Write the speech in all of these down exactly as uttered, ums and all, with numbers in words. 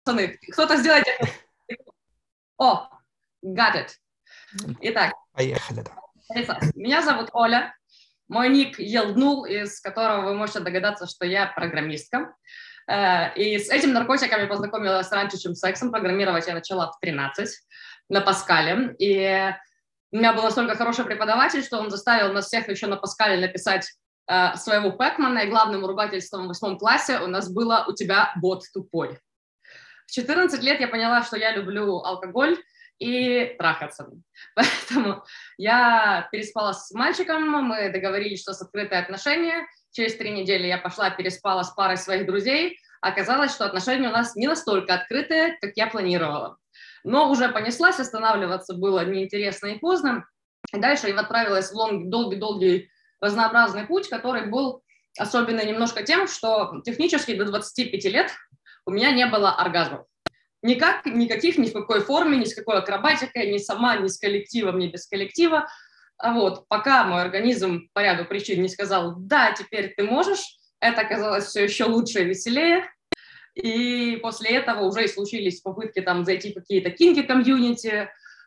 пацаны, кто-то сделайте. О, got it. Итак. Поехали, да. Меня зовут Оля. Мой ник Елднул, из которого вы можете догадаться, что я программистка. И с этим наркотиком я познакомилась раньше, чем с сексом. Программировать я начала в тринадцать на Паскале. И у меня был настолько хороший преподаватель, что он заставил нас всех еще на Паскале написать э, своего Пэкмана, и главным ругательством в восьмом классе у нас было «У тебя бот тупой». В четырнадцать лет я поняла, что я люблю алкоголь и трахаться. Поэтому я переспала с мальчиком, мы договорились, что с открытые отношения. Через три недели я пошла, переспала с парой своих друзей. Оказалось, что отношения у нас не настолько открытые, как я планировала. Но уже понеслась, останавливаться было неинтересно и поздно. И дальше я отправилась в долгий-долгий разнообразный путь, который был особенно немножко тем, что технически до двадцати пяти лет у меня не было оргазмов. Никак, никаких, ни в какой форме, ни с какой акробатикой, ни сама, ни с коллективом, ни без коллектива. А вот пока мой организм по ряду причин не сказал «да, теперь ты можешь», это оказалось все еще лучше и веселее. И после этого уже и случились попытки там зайти в какие-то кинки-комьюнити.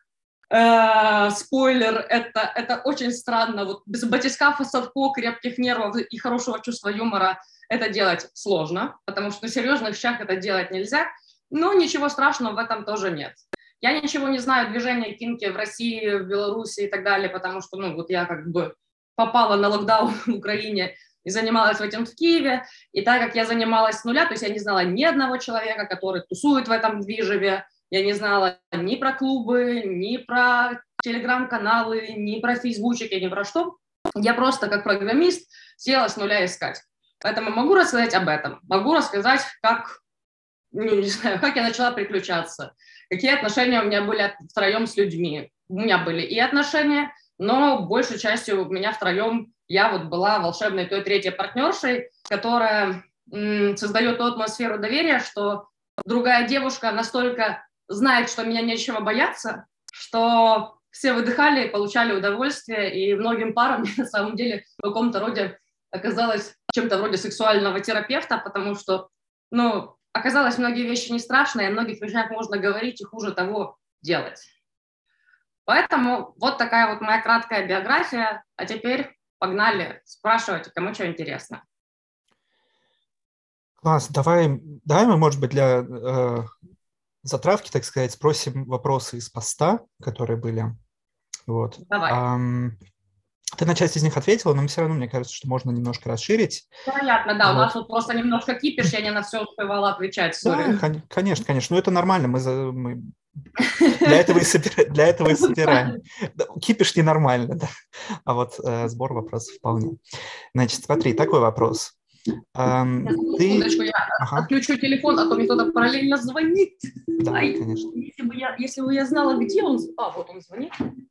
Э-э, спойлер, это, это очень странно. Вот без батискафа, Садко, крепких нервов и хорошего чувства юмора это делать сложно, потому что на серьезных щах это делать нельзя. Но ничего страшного в этом тоже нет. Я ничего не знаю о движении кинки в России, в Беларуси и так далее, потому что, ну, вот я как бы попала на локдаун в Украине и занималась этим в Киеве. И так как я занималась с нуля, то есть я не знала ни одного человека, который тусует в этом движеве, я не знала ни про клубы, ни про телеграм-каналы, ни про фейсбучики, ни про что. Я просто как программист села с нуля искать. Поэтому могу рассказать об этом. Могу рассказать, как... Ну, не знаю, как я начала приключаться, какие отношения у меня были втроем с людьми. У меня были и отношения, но большей частью у меня втроем я вот была волшебной той третьей партнершей, которая м, создает ту атмосферу доверия, что другая девушка настолько знает, что меня нечего бояться, что все выдыхали и получали удовольствие, и многим парам на самом деле в каком-то роде оказалось чем-то вроде сексуального терапевта, потому что, ну, оказалось, многие вещи не страшные, о многих вещах можно говорить и хуже того делать. Поэтому вот такая вот моя краткая биография. А теперь погнали, спрашивайте, кому что интересно. Класс, давай, давай мы, может быть, для э, затравки, так сказать, спросим вопросы из поста, которые были. Вот. Давай. Um, Ты на часть из них ответила, но все равно, мне кажется, что можно немножко расширить. Вероятно, да. Вот. У нас тут просто немножко кипиш, я не на все успевала отвечать. Sorry. Да, конечно, конечно. Но это нормально. Мы, за, мы... Для, этого и собира... Для этого и собираем. Кипиш ненормально, да. А вот э, сбор вопросов вполне. Значит, смотри, такой вопрос. Um, ты... Я ага. отключу телефон, а то мне кто-то параллельно звонит. Да, Ай, конечно. Если бы, я, если бы я знала, где он... А, вот он звонит.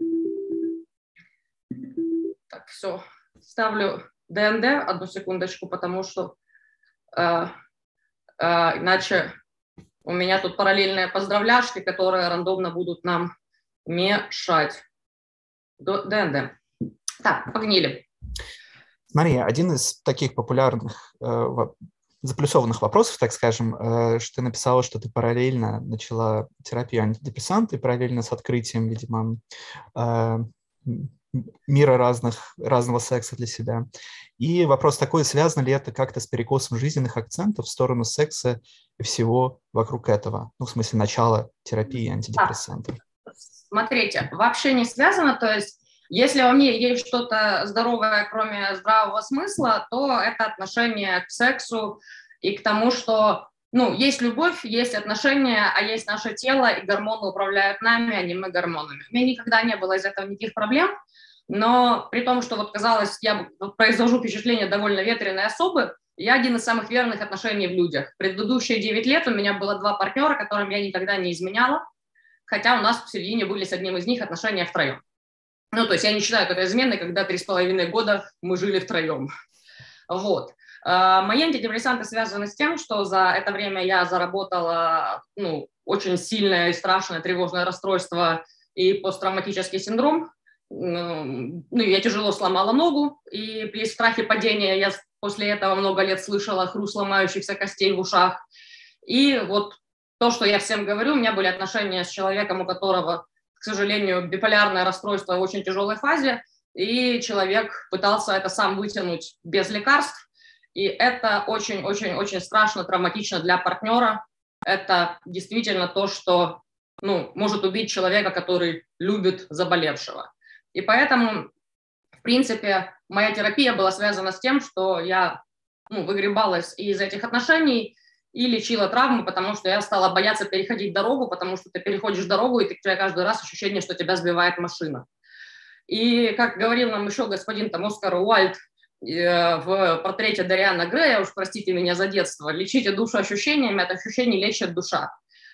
Так, все. Ставлю ДНД, одну секундочку, потому что э, э, иначе у меня тут параллельные поздравляшки, которые рандомно будут нам мешать. ДНД. Так, погнили. Смотри, один из таких популярных э, заплюсованных вопросов, так скажем, э, что ты написала, что ты параллельно начала терапию антидепрессанта и параллельно с открытием, видимо, э, мира разных, разного секса для себя. И вопрос такой, связано ли это как-то с перекосом жизненных акцентов в сторону секса и всего вокруг этого? Ну, в смысле, начала терапии антидепрессантов. Смотрите, вообще не связано, то есть если во мне есть что-то здоровое, кроме здравого смысла, то это отношение к сексу и к тому, что, ну, есть любовь, есть отношения, а есть наше тело, и гормоны управляют нами, а не мы гормонами. У меня никогда не было из этого никаких проблем, но при том, что, вот, казалось, я произвожу впечатление довольно ветреной особы, я один из самых верных отношений в людях. Предыдущие девять лет у меня было два партнера, которым я никогда не изменяла, хотя у нас в середине были с одним из них отношения втроем. Ну, то есть я не считаю это изменой, когда три с половиной года мы жили втроем. Вот. Мои антидепрессанты связаны с тем, что за это время я заработала, ну, очень сильное и страшное тревожное расстройство и посттравматический синдром. Ну, я тяжело сломала ногу, и при страхе падения я после этого много лет слышала хруст ломающихся костей в ушах. И вот то, что я всем говорю, у меня были отношения с человеком, у которого, к сожалению, биполярное расстройство в очень тяжелой фазе, и человек пытался это сам вытянуть без лекарств, и это очень-очень-очень страшно, травматично для партнера. Это действительно то, что, ну, может убить человека, который любит заболевшего. И поэтому, в принципе, моя терапия была связана с тем, что я, ну, выгребалась из этих отношений и лечила травму, потому что я стала бояться переходить дорогу, потому что ты переходишь дорогу, и ты, у тебя каждый раз ощущение, что тебя сбивает машина. И, как говорил нам еще господин там, Оскар Уайльд э, в портрете Дариана Грея, уж простите меня за детство, лечите душу ощущениями, от ощущений лечит душа.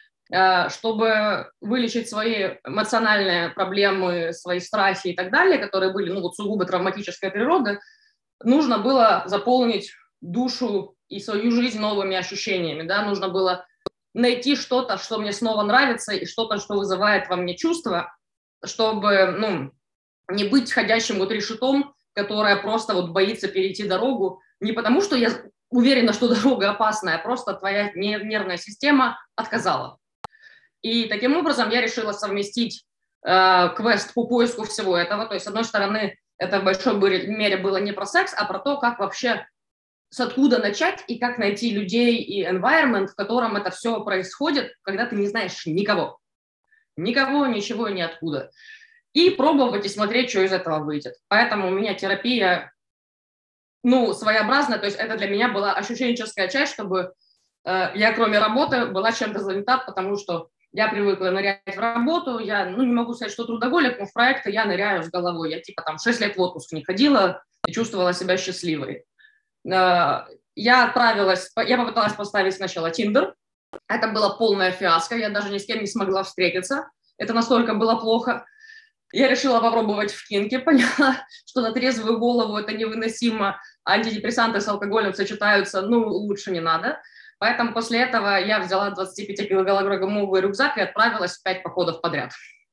Э, чтобы вылечить свои эмоциональные проблемы, свои страхи и так далее, которые были, ну, вот сугубо травматической природы, нужно было заполнить душу и свою жизнь новыми ощущениями, да, нужно было найти что-то, что мне снова нравится, и что-то, что вызывает во мне чувства, чтобы, ну, не быть ходящим вот решетом, которое просто вот боится перейти дорогу, не потому что я уверена, что дорога опасная, а просто твоя нервная система отказала. И таким образом я решила совместить э, квест по поиску всего этого. То есть, с одной стороны, это в большой мере было не про секс, а про то, как вообще, с откуда начать и как найти людей и environment, в котором это все происходит, когда ты не знаешь никого. Никого, ничего и ниоткуда. И пробовать и смотреть, что из этого выйдет. Поэтому у меня терапия, ну, своеобразная, то есть это для меня была ощущенческая часть, чтобы э, я, кроме работы, была чем-то занята, потому что я привыкла нырять в работу, я, ну, не могу сказать, что трудоголик, но в проекты я ныряю с головой. Я типа там шесть лет в отпуск не ходила и чувствовала себя счастливой. Э, я отправилась, я попыталась поставить сначала Tinder, это было полная фиаско, я даже ни с кем не смогла встретиться, это настолько было плохо. Я решила попробовать в кинке, поняла, что на трезвую голову это невыносимо, антидепрессанты с алкоголем сочетаются, ну, лучше не надо. Поэтому после этого я взяла двадцатипятикилограммовый рюкзак и отправилась в пять походов подряд.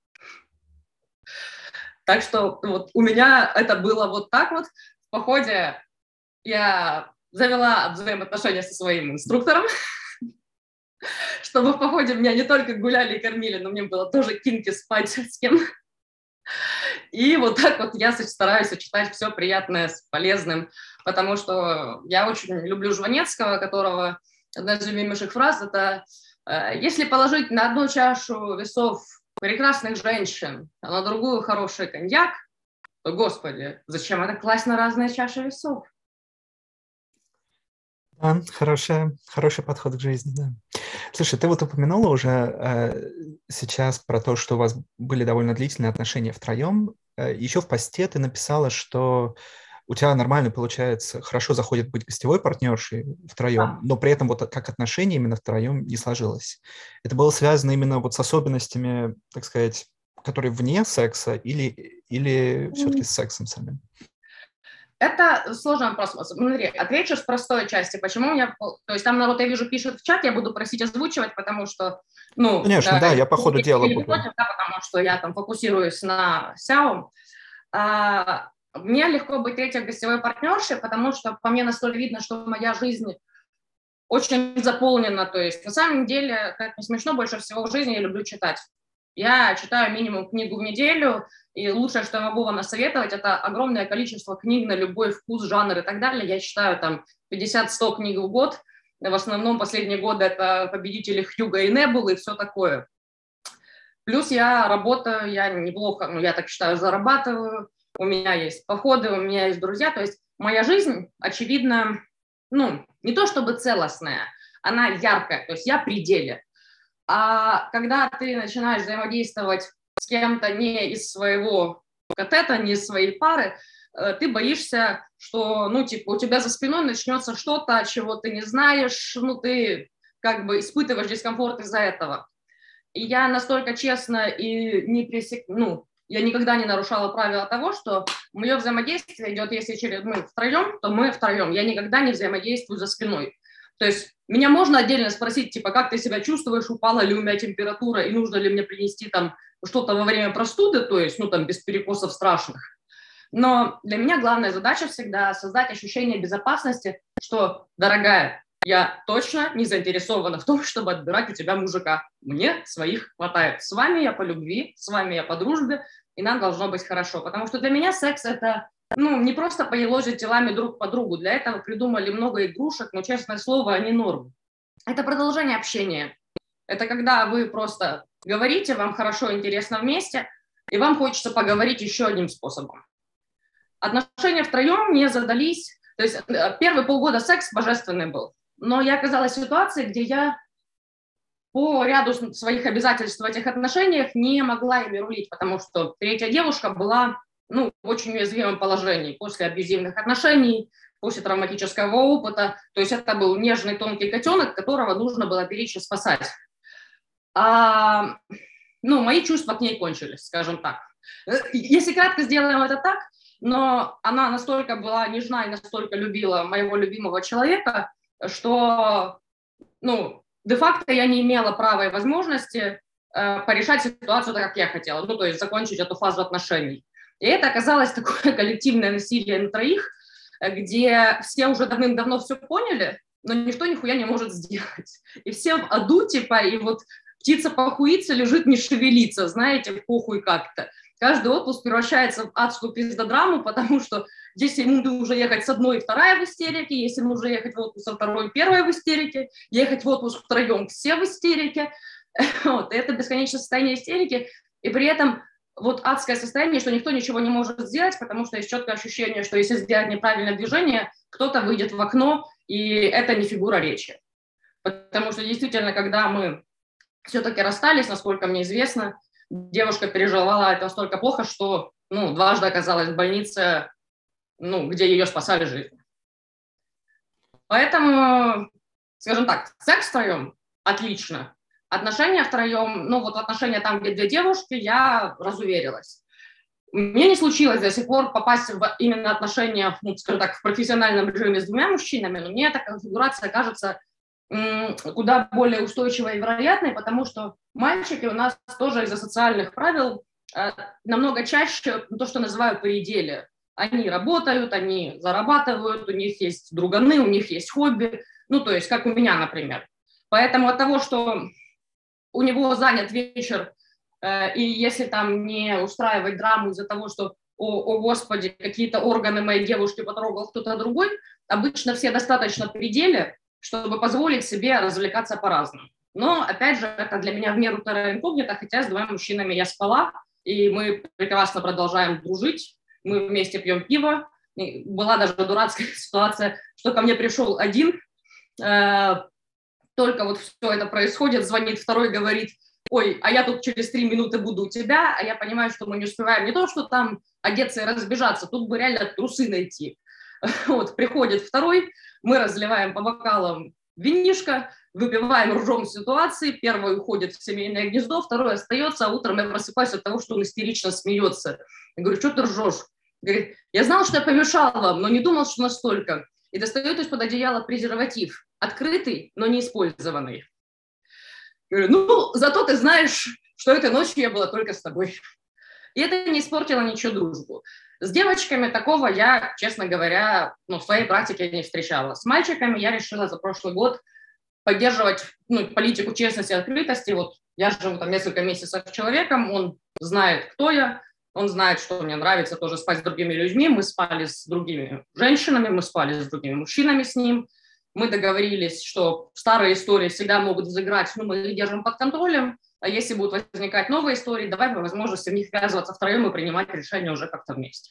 Так что вот у меня это было вот так вот. В походе я завела взаимоотношения со своим инструктором, чтобы в походе меня не только гуляли и кормили, но мне было тоже кинки спать с кем. И вот так вот я стараюсь сочетать все приятное с полезным, потому что я очень люблю Жванецкого, которого одна из любимейших фраз – это «Если положить на одну чашу весов прекрасных женщин, а на другую хороший коньяк, то, господи, зачем это класть на разные чаши весов?» Да, хорошая, хороший подход к жизни, да. Слушай, ты вот упомянула уже э, сейчас про то, что у вас были довольно длительные отношения втроем. Э, еще в посте ты написала, что у тебя нормально получается, хорошо заходит быть гостевой партнершей втроем, но при этом вот как отношения именно втроем не сложилось. Это было связано именно вот с особенностями, так сказать, которые вне секса или, или все-таки с сексом самим? Это сложный вопрос. Смотри, отвечу с простой части. Почему у меня... То есть там народ, я вижу, пишет в чат, я буду просить озвучивать, потому что... Ну, конечно, да, я по ходу дела буду. Против, да, потому что я там фокусируюсь на сяо. А, мне легко быть третьей гостевой партнершей, потому что по мне настолько видно, что моя жизнь очень заполнена. То есть на самом деле, как не смешно, больше всего в жизни я люблю читать. Я читаю минимум книгу в неделю, и лучшее, что я могу вам насоветовать, это огромное количество книг на любой вкус, жанр и так далее. Я читаю там пятьдесят-сто книг в год. В основном последние годы это победители Хьюга и Небулы и все такое. Плюс я работаю, я неплохо, ну я так считаю, зарабатываю. У меня есть походы, у меня есть друзья. То есть моя жизнь, очевидно, ну, не то чтобы целостная, она яркая. То есть я в пределе. А когда ты начинаешь взаимодействовать с кем-то не из своего катета, не из своей пары, ты боишься, что, ну, типа, у тебя за спиной начнется что-то, чего ты не знаешь, ну, ты как бы испытываешь дискомфорт из-за этого. И я настолько честно и не пресек... ну, я никогда не нарушала правила того, что мое взаимодействие идет, если через мы втроем, то мы втроем. Я никогда не взаимодействую за спиной. То есть меня можно отдельно спросить, типа, как ты себя чувствуешь, упала ли у меня температура и нужно ли мне принести там что-то во время простуды, то есть, ну, там, без перекосов страшных. Но для меня главная задача всегда создать ощущение безопасности, что, дорогая, я точно не заинтересована в том, чтобы отбирать у тебя мужика. Мне своих хватает. С вами я по любви, с вами я по дружбе, и нам должно быть хорошо. Потому что для меня секс – это ну, не просто поелозить телами друг по другу. Для этого придумали много игрушек, но, честное слово, они норм. Это продолжение общения. Это когда вы просто говорите, вам хорошо, интересно вместе, и вам хочется поговорить еще одним способом. Отношения втроем не задались. То есть первые полгода секс божественный был. Но я оказалась в ситуации, где я по ряду своих обязательств в этих отношениях не могла ими рулить, потому что третья девушка была ну, в очень уязвимом положении после абьюзивных отношений, после травматического опыта. То есть это был нежный, тонкий котенок, которого нужно было беречь и спасать. А, ну, мои чувства к ней кончились, скажем так. Если кратко сделаем это так, но она настолько была нежна и настолько любила моего любимого человека, что, ну, де-факто я не имела права и возможности э, порешать ситуацию так, как я хотела, ну, то есть закончить эту фазу отношений. И это оказалось такое коллективное насилие на троих, где все уже давным-давно все поняли, но никто нихуя не может сделать. И все в аду, типа, и вот птица похуится, лежит, не шевелится, знаете, похуй как-то. Каждый отпуск превращается в адскую пиздодраму, потому что здесь ему нужно ехать с одной и вторая в истерике, если нужно ехать в отпуск со второй и первая в истерике, ехать в отпуск втроем все в истерике. Вот. И это бесконечное состояние истерики. И при этом вот адское состояние, что никто ничего не может сделать, потому что есть четкое ощущение, что если сделать неправильное движение, кто-то выйдет в окно, и это не фигура речи. Потому что действительно, когда мы все-таки расстались, насколько мне известно, девушка переживала это настолько плохо, что ну, дважды оказалась в больнице, ну, где ее спасали жизнь. Поэтому, скажем так, секс втроем отлично. Отношения втроем, ну вот отношения там, где две девушки, я разуверилась. Мне не случилось до сих пор попасть в именно отношения, ну, скажем так, в профессиональном режиме с двумя мужчинами, но мне эта конфигурация кажется куда более устойчивой и вероятной, потому что мальчики у нас тоже из-за социальных правил э, намного чаще то, что называют пределе. Они работают, они зарабатывают, у них есть друганы, у них есть хобби, ну, то есть как у меня, например. Поэтому от того, что у него занят вечер, э, и если там не устраивать драму из-за того, что, о, о господи, какие-то органы моей девушки потрогал кто-то другой, обычно все достаточно в пределе, чтобы позволить себе развлекаться по-разному. Но, опять же, это для меня в меру терра инкогнито, хотя с двумя мужчинами я спала, и мы прекрасно продолжаем дружить, мы вместе пьем пиво. И была даже дурацкая ситуация, что ко мне пришел один, э, только вот все это происходит, звонит второй, говорит, ой, а я тут через три минуты буду у тебя, а я понимаю, что мы не успеваем не то, что там одеться и разбежаться, тут бы реально трусы найти. Вот, приходит второй, мы разливаем по бокалам винишко, выпиваем, ржем ситуации, первый уходит в семейное гнездо, второй остается, а утром я просыпаюсь от того, что он истерично смеется. Я говорю, что ты ржешь? Говорит, я знал, что я помешал вам, но не думал, что настолько. И достает из-под одеяла презерватив, открытый, но не использованный. Я говорю, ну, зато ты знаешь, что этой ночью я была только с тобой. И это не испортило ничего дружбу. С девочками такого я, честно говоря, ну, в своей практике не встречала. С мальчиками я решила за прошлый год поддерживать ну, политику честности и открытости. Вот я живу там несколько месяцев с человеком, он знает, кто я, он знает, что мне нравится тоже спать с другими людьми. Мы спали с другими женщинами, мы спали с другими мужчинами с ним. Мы договорились, что старые истории всегда могут взыграть, но мы их держим под контролем. А если будут возникать новые истории, давай по возможности в них ввязываться втроем и принимать решения уже как-то вместе.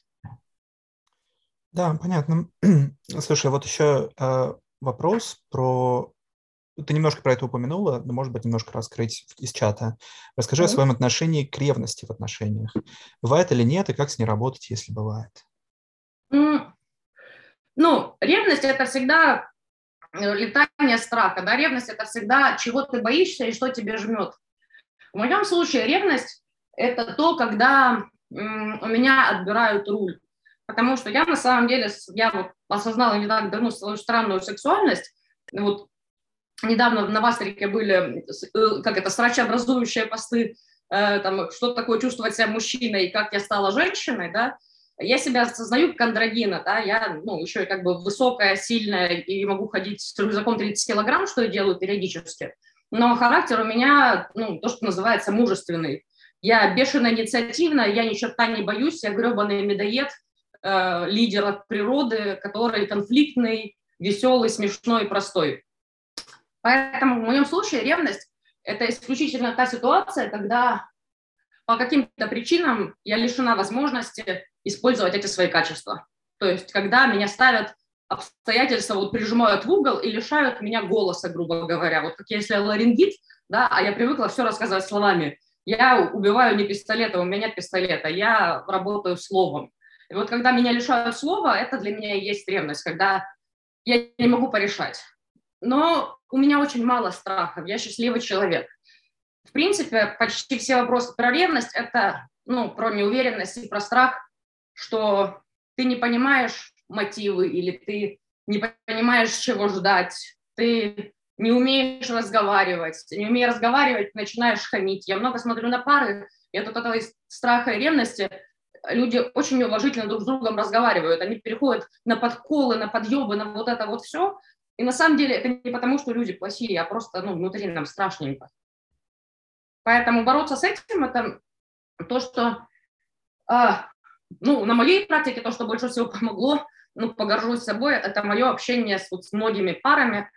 Да, понятно. Слушай, вот еще э, вопрос про... Ты немножко про это упомянула, но, может быть, немножко раскрыть из чата. Расскажи mm-hmm. о своем отношении к ревности в отношениях. Бывает или нет, и как с ней работать, если бывает? Mm. Ну, ревность – это всегда летание страха. Да? Ревность – это всегда, чего ты боишься и что тебе жмет. В моем случае ревность – это то, когда м, у меня отбирают руль. Потому что я на самом деле, я вот осознала не так давно свою странную сексуальность. Вот недавно в Новастрике были, как это, срачеобразующие посты, э, там, что такое чувствовать себя мужчиной и как я стала женщиной, да. Я себя осознаю как андрогина, да, я, ну, еще и как бы высокая, сильная, и могу ходить с рюкзаком тридцать килограмм, что я делаю периодически. Но характер у меня, ну, то, что называется, мужественный. Я бешено инициативная, я ни черта не боюсь, я гребаный медоед, э, лидер от природы, который конфликтный, веселый, смешной, простой. Поэтому в моем случае ревность – это исключительно та ситуация, когда по каким-то причинам я лишена возможности использовать эти свои качества. То есть когда меня ставят обстоятельства, вот прижимают в угол и лишают меня голоса, грубо говоря. Вот как если ларингит, да, а я привыкла все рассказывать словами. Я убиваю не пистолетом, у меня нет пистолета, я работаю словом. И вот когда меня лишают слова, это для меня и есть ревность, когда я не могу порешать. Но у меня очень мало страхов, я счастливый человек. В принципе, почти все вопросы про ревность – это, ну, про неуверенность и про страх, что ты не понимаешь мотивы или ты не понимаешь, чего ждать, ты не умеешь разговаривать, не умея разговаривать, начинаешь хамить. Я много смотрю на пары, и от этого страха и ревности люди очень уважительно друг с другом разговаривают, они переходят на подколы, на подъебы, на вот это вот все. И на самом деле это не потому, что люди плохие, а просто, ну, внутри нам страшненько. Поэтому бороться с этим – это то, что, э, ну, на моей практике, то, что больше всего помогло, ну, погоржусь собой, это мое общение с, вот, с многими парами,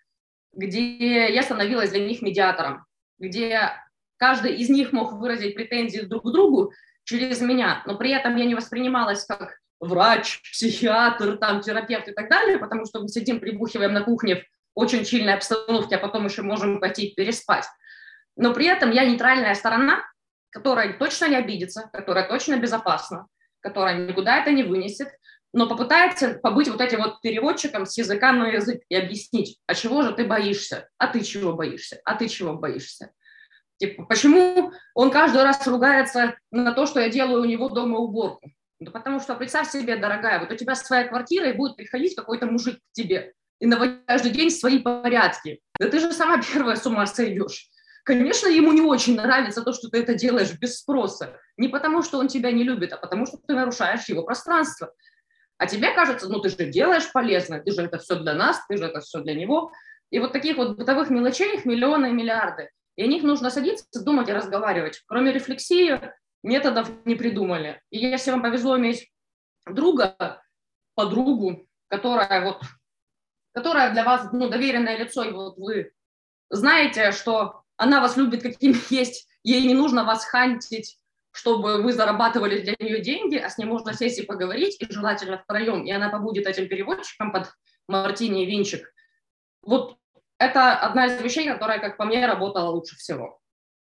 где я становилась для них медиатором, где каждый из них мог выразить претензии друг к другу через меня, но при этом я не воспринималась как врач, психиатр, там, терапевт и так далее, потому что мы сидим, прибухиваем на кухне в очень чильной обстановке, а потом еще можем пойти переспать. Но при этом я нейтральная сторона, которая точно не обидится, которая точно безопасна, которая никуда это не вынесет, но попытается побыть вот этим вот переводчиком с языка на язык и объяснить, а чего же ты боишься, а ты чего боишься, а ты чего боишься. Типа, почему он каждый раз ругается на то, что я делаю у него дома уборку? Да потому что, представь себе, дорогая, вот у тебя своя квартира, и будет приходить какой-то мужик к тебе и наводить каждый день свои порядки. Да ты же сама первая с ума сойдешь. Конечно, ему не очень нравится то, что ты это делаешь без спроса. Не потому, что он тебя не любит, а потому, что ты нарушаешь его пространство. А тебе кажется, ну ты же делаешь полезно, ты же это все для нас, ты же это все для него. И вот таких вот бытовых мелочей их миллионы и миллиарды. И о них нужно садиться, думать и разговаривать. Кроме рефлексии методов не придумали. И если вам повезло иметь друга, подругу, которая, вот, которая для вас, ну, доверенное лицо, и вот вы знаете, что она вас любит какими есть, ей не нужно вас хантить, чтобы вы зарабатывали для нее деньги, а с ней можно сесть и поговорить, и желательно втроем, и она побудет этим переводчиком под мартини и винчик. Вот это одна из вещей, которая, как по мне, работала лучше всего.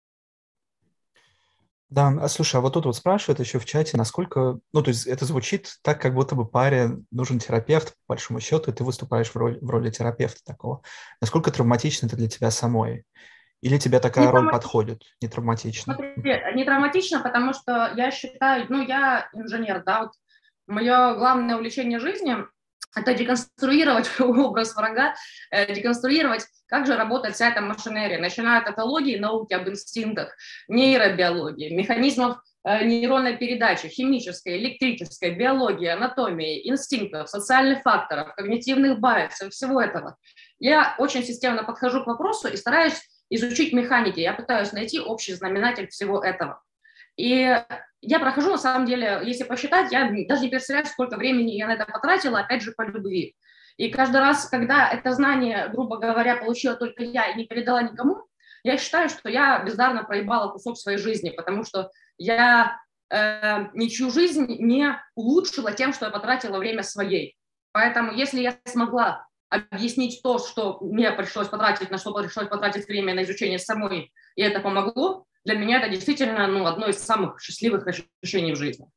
Да, а слушай, а вот тут вот спрашивают еще в чате, насколько, ну, то есть это звучит так, как будто бы паре нужен терапевт, по большому счету, и ты выступаешь в роли, в роли терапевта такого. Насколько травматично это для тебя самой? Или тебе такая Не роль травматично. подходит? Не травматично? Смотри, не травматично, потому что я считаю, ну, я инженер, да, вот мое главное увлечение жизни – это деконструировать образ врага, э, деконструировать, как же работает вся эта машинерия, начиная от этологии, науки об инстинктах, нейробиологии, механизмов э, нейронной передачи, химической, электрической, биологии, анатомии, инстинктов, социальных факторов, когнитивных байсов, всего этого. Я очень системно подхожу к вопросу и стараюсь изучить механики, я пытаюсь найти общий знаменатель всего этого. И я прохожу, на самом деле, если посчитать, я даже не представляю, сколько времени я на это потратила, опять же, по любви. И каждый раз, когда это знание, грубо говоря, получила только я и не передала никому, я считаю, что я бездарно проебала кусок своей жизни, потому что я э, ничью жизнь не улучшила тем, что я потратила время своей. Поэтому если я смогла объяснить то, что мне пришлось потратить, на что пришлось потратить время на изучение самой, и это помогло, для меня это действительно, ну, одно из самых счастливых ощущений в жизни.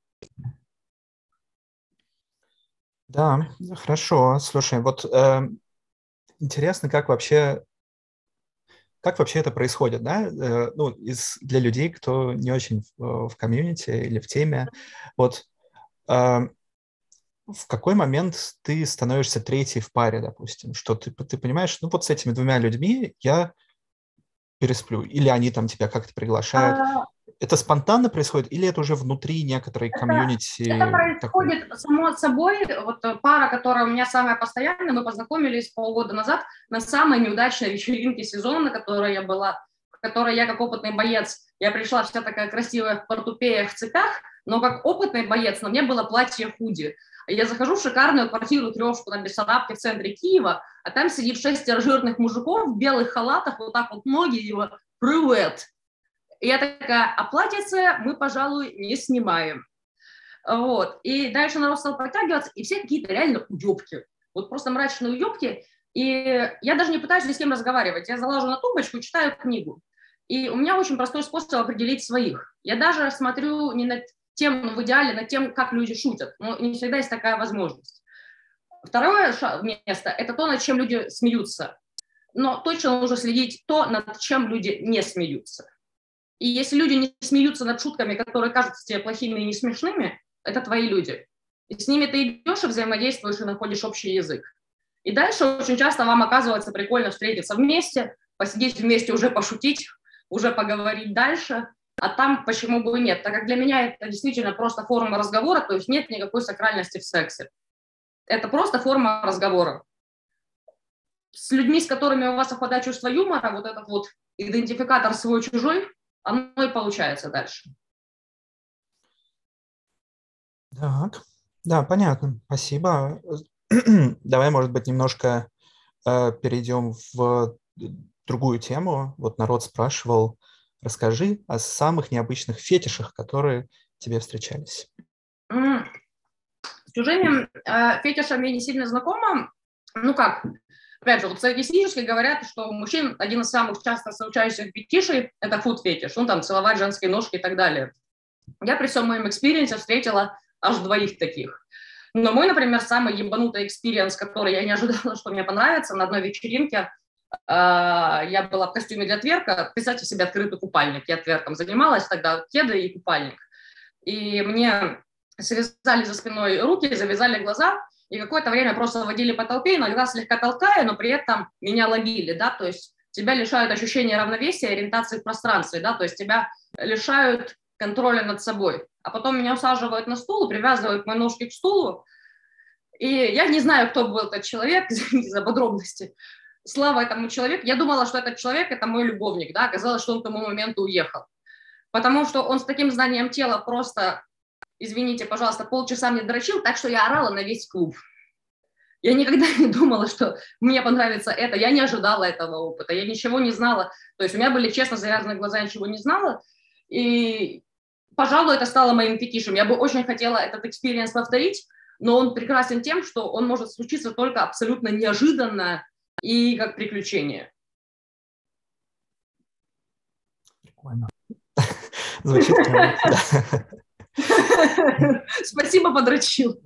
Да, хорошо. Слушай, вот э, интересно, как вообще, как вообще это происходит, да? Э, ну, из, для людей, кто не очень в, в комьюнити или в теме. Вот э, в какой момент ты становишься третьей в паре, допустим, что ты, ты понимаешь, ну вот с этими двумя людьми я пересплю, или они там тебя как-то приглашают. А, это спонтанно происходит или это уже внутри некоторой комьюнити? Это происходит такой? Само собой. Вот пара, которая у меня самая постоянная, мы познакомились полгода назад на самой неудачной вечеринке сезона, на которой я была, в которой я как опытный боец, я пришла вся такая красивая в портупеях, в цепях, но как опытный боец на мне было платье худи. Я захожу в шикарную квартиру трешку на Бессарабке в центре Киева, а там сидит шестеро жирных мужиков в белых халатах, вот так вот ноги его, привет. И я такая, а платьице мы, пожалуй, не снимаем. Вот. И дальше народ стал подтягиваться, и все какие-то реально уебки. Вот просто мрачные уебки. И я даже не пытаюсь ни с кем разговаривать. Я залажу на тумбочку и читаю книгу. И у меня очень простой способ определить своих. Я даже смотрю не на тем, ну, в идеале, над тем, как люди шутят. Но не всегда есть такая возможность. Второе место – это то, над чем люди смеются. Но точно нужно следить то, над чем люди не смеются. И если люди не смеются над шутками, которые кажутся тебе плохими и не смешными, это твои люди. И с ними ты идешь и взаимодействуешь, и находишь общий язык. И дальше очень часто вам оказывается прикольно встретиться вместе, посидеть вместе, уже пошутить, уже поговорить дальше. А там почему бы и нет? Так как для меня это действительно просто форма разговора, то есть нет никакой сакральности в сексе. Это просто форма разговора. С людьми, с которыми у вас совпадает чувство юмора, вот этот вот идентификатор свой-чужой, оно и получается дальше. Так, да, понятно, спасибо. Давай, может быть, немножко э, перейдем в другую тему. Вот народ спрашивал, расскажи о самых необычных фетишах, которые тебе встречались. Mm. С чужими э, фетишами я не сильно знакома. Ну как, опять же, вот статистически говорят, что у мужчин один из самых часто случающихся фетишей – это фуд-фетиш, ну там целовать женские ножки и так далее. Я при всем моем экспириенсе встретила аж двоих таких. Но мой, например, самый ебанутый экспириенс, который я не ожидала, что мне понравится, на одной вечеринке э, я была в костюме для тверка. Представьте себе открытый купальник. Я тверком занималась тогда, кеды и купальник. И мне связали за спиной руки, завязали глаза, и какое-то время просто водили по толпе, иногда слегка толкая, но при этом меня ловили, да, то есть тебя лишают ощущения равновесия, ориентации в пространстве, да, то есть тебя лишают контроля над собой. А потом меня усаживают на стул и привязывают мои ножки к стулу. И я не знаю, кто был этот человек, извините за подробности. Слава этому человеку. Я думала, что этот человек – это мой любовник, да, оказалось, что он к тому моменту уехал. Потому что он с таким знанием тела просто, извините, пожалуйста, полчаса мне дрочил, так что я орала на весь клуб. Я никогда не думала, что мне понравится это. Я не ожидала этого опыта, я ничего не знала. То есть у меня были честно завязаны глаза, я ничего не знала. И, пожалуй, это стало моим фетишем. Я бы очень хотела этот экспириенс повторить, но он прекрасен тем, что он может случиться только абсолютно неожиданно и как приключение. Прикольно. Звучит прям. Спасибо, подрочил.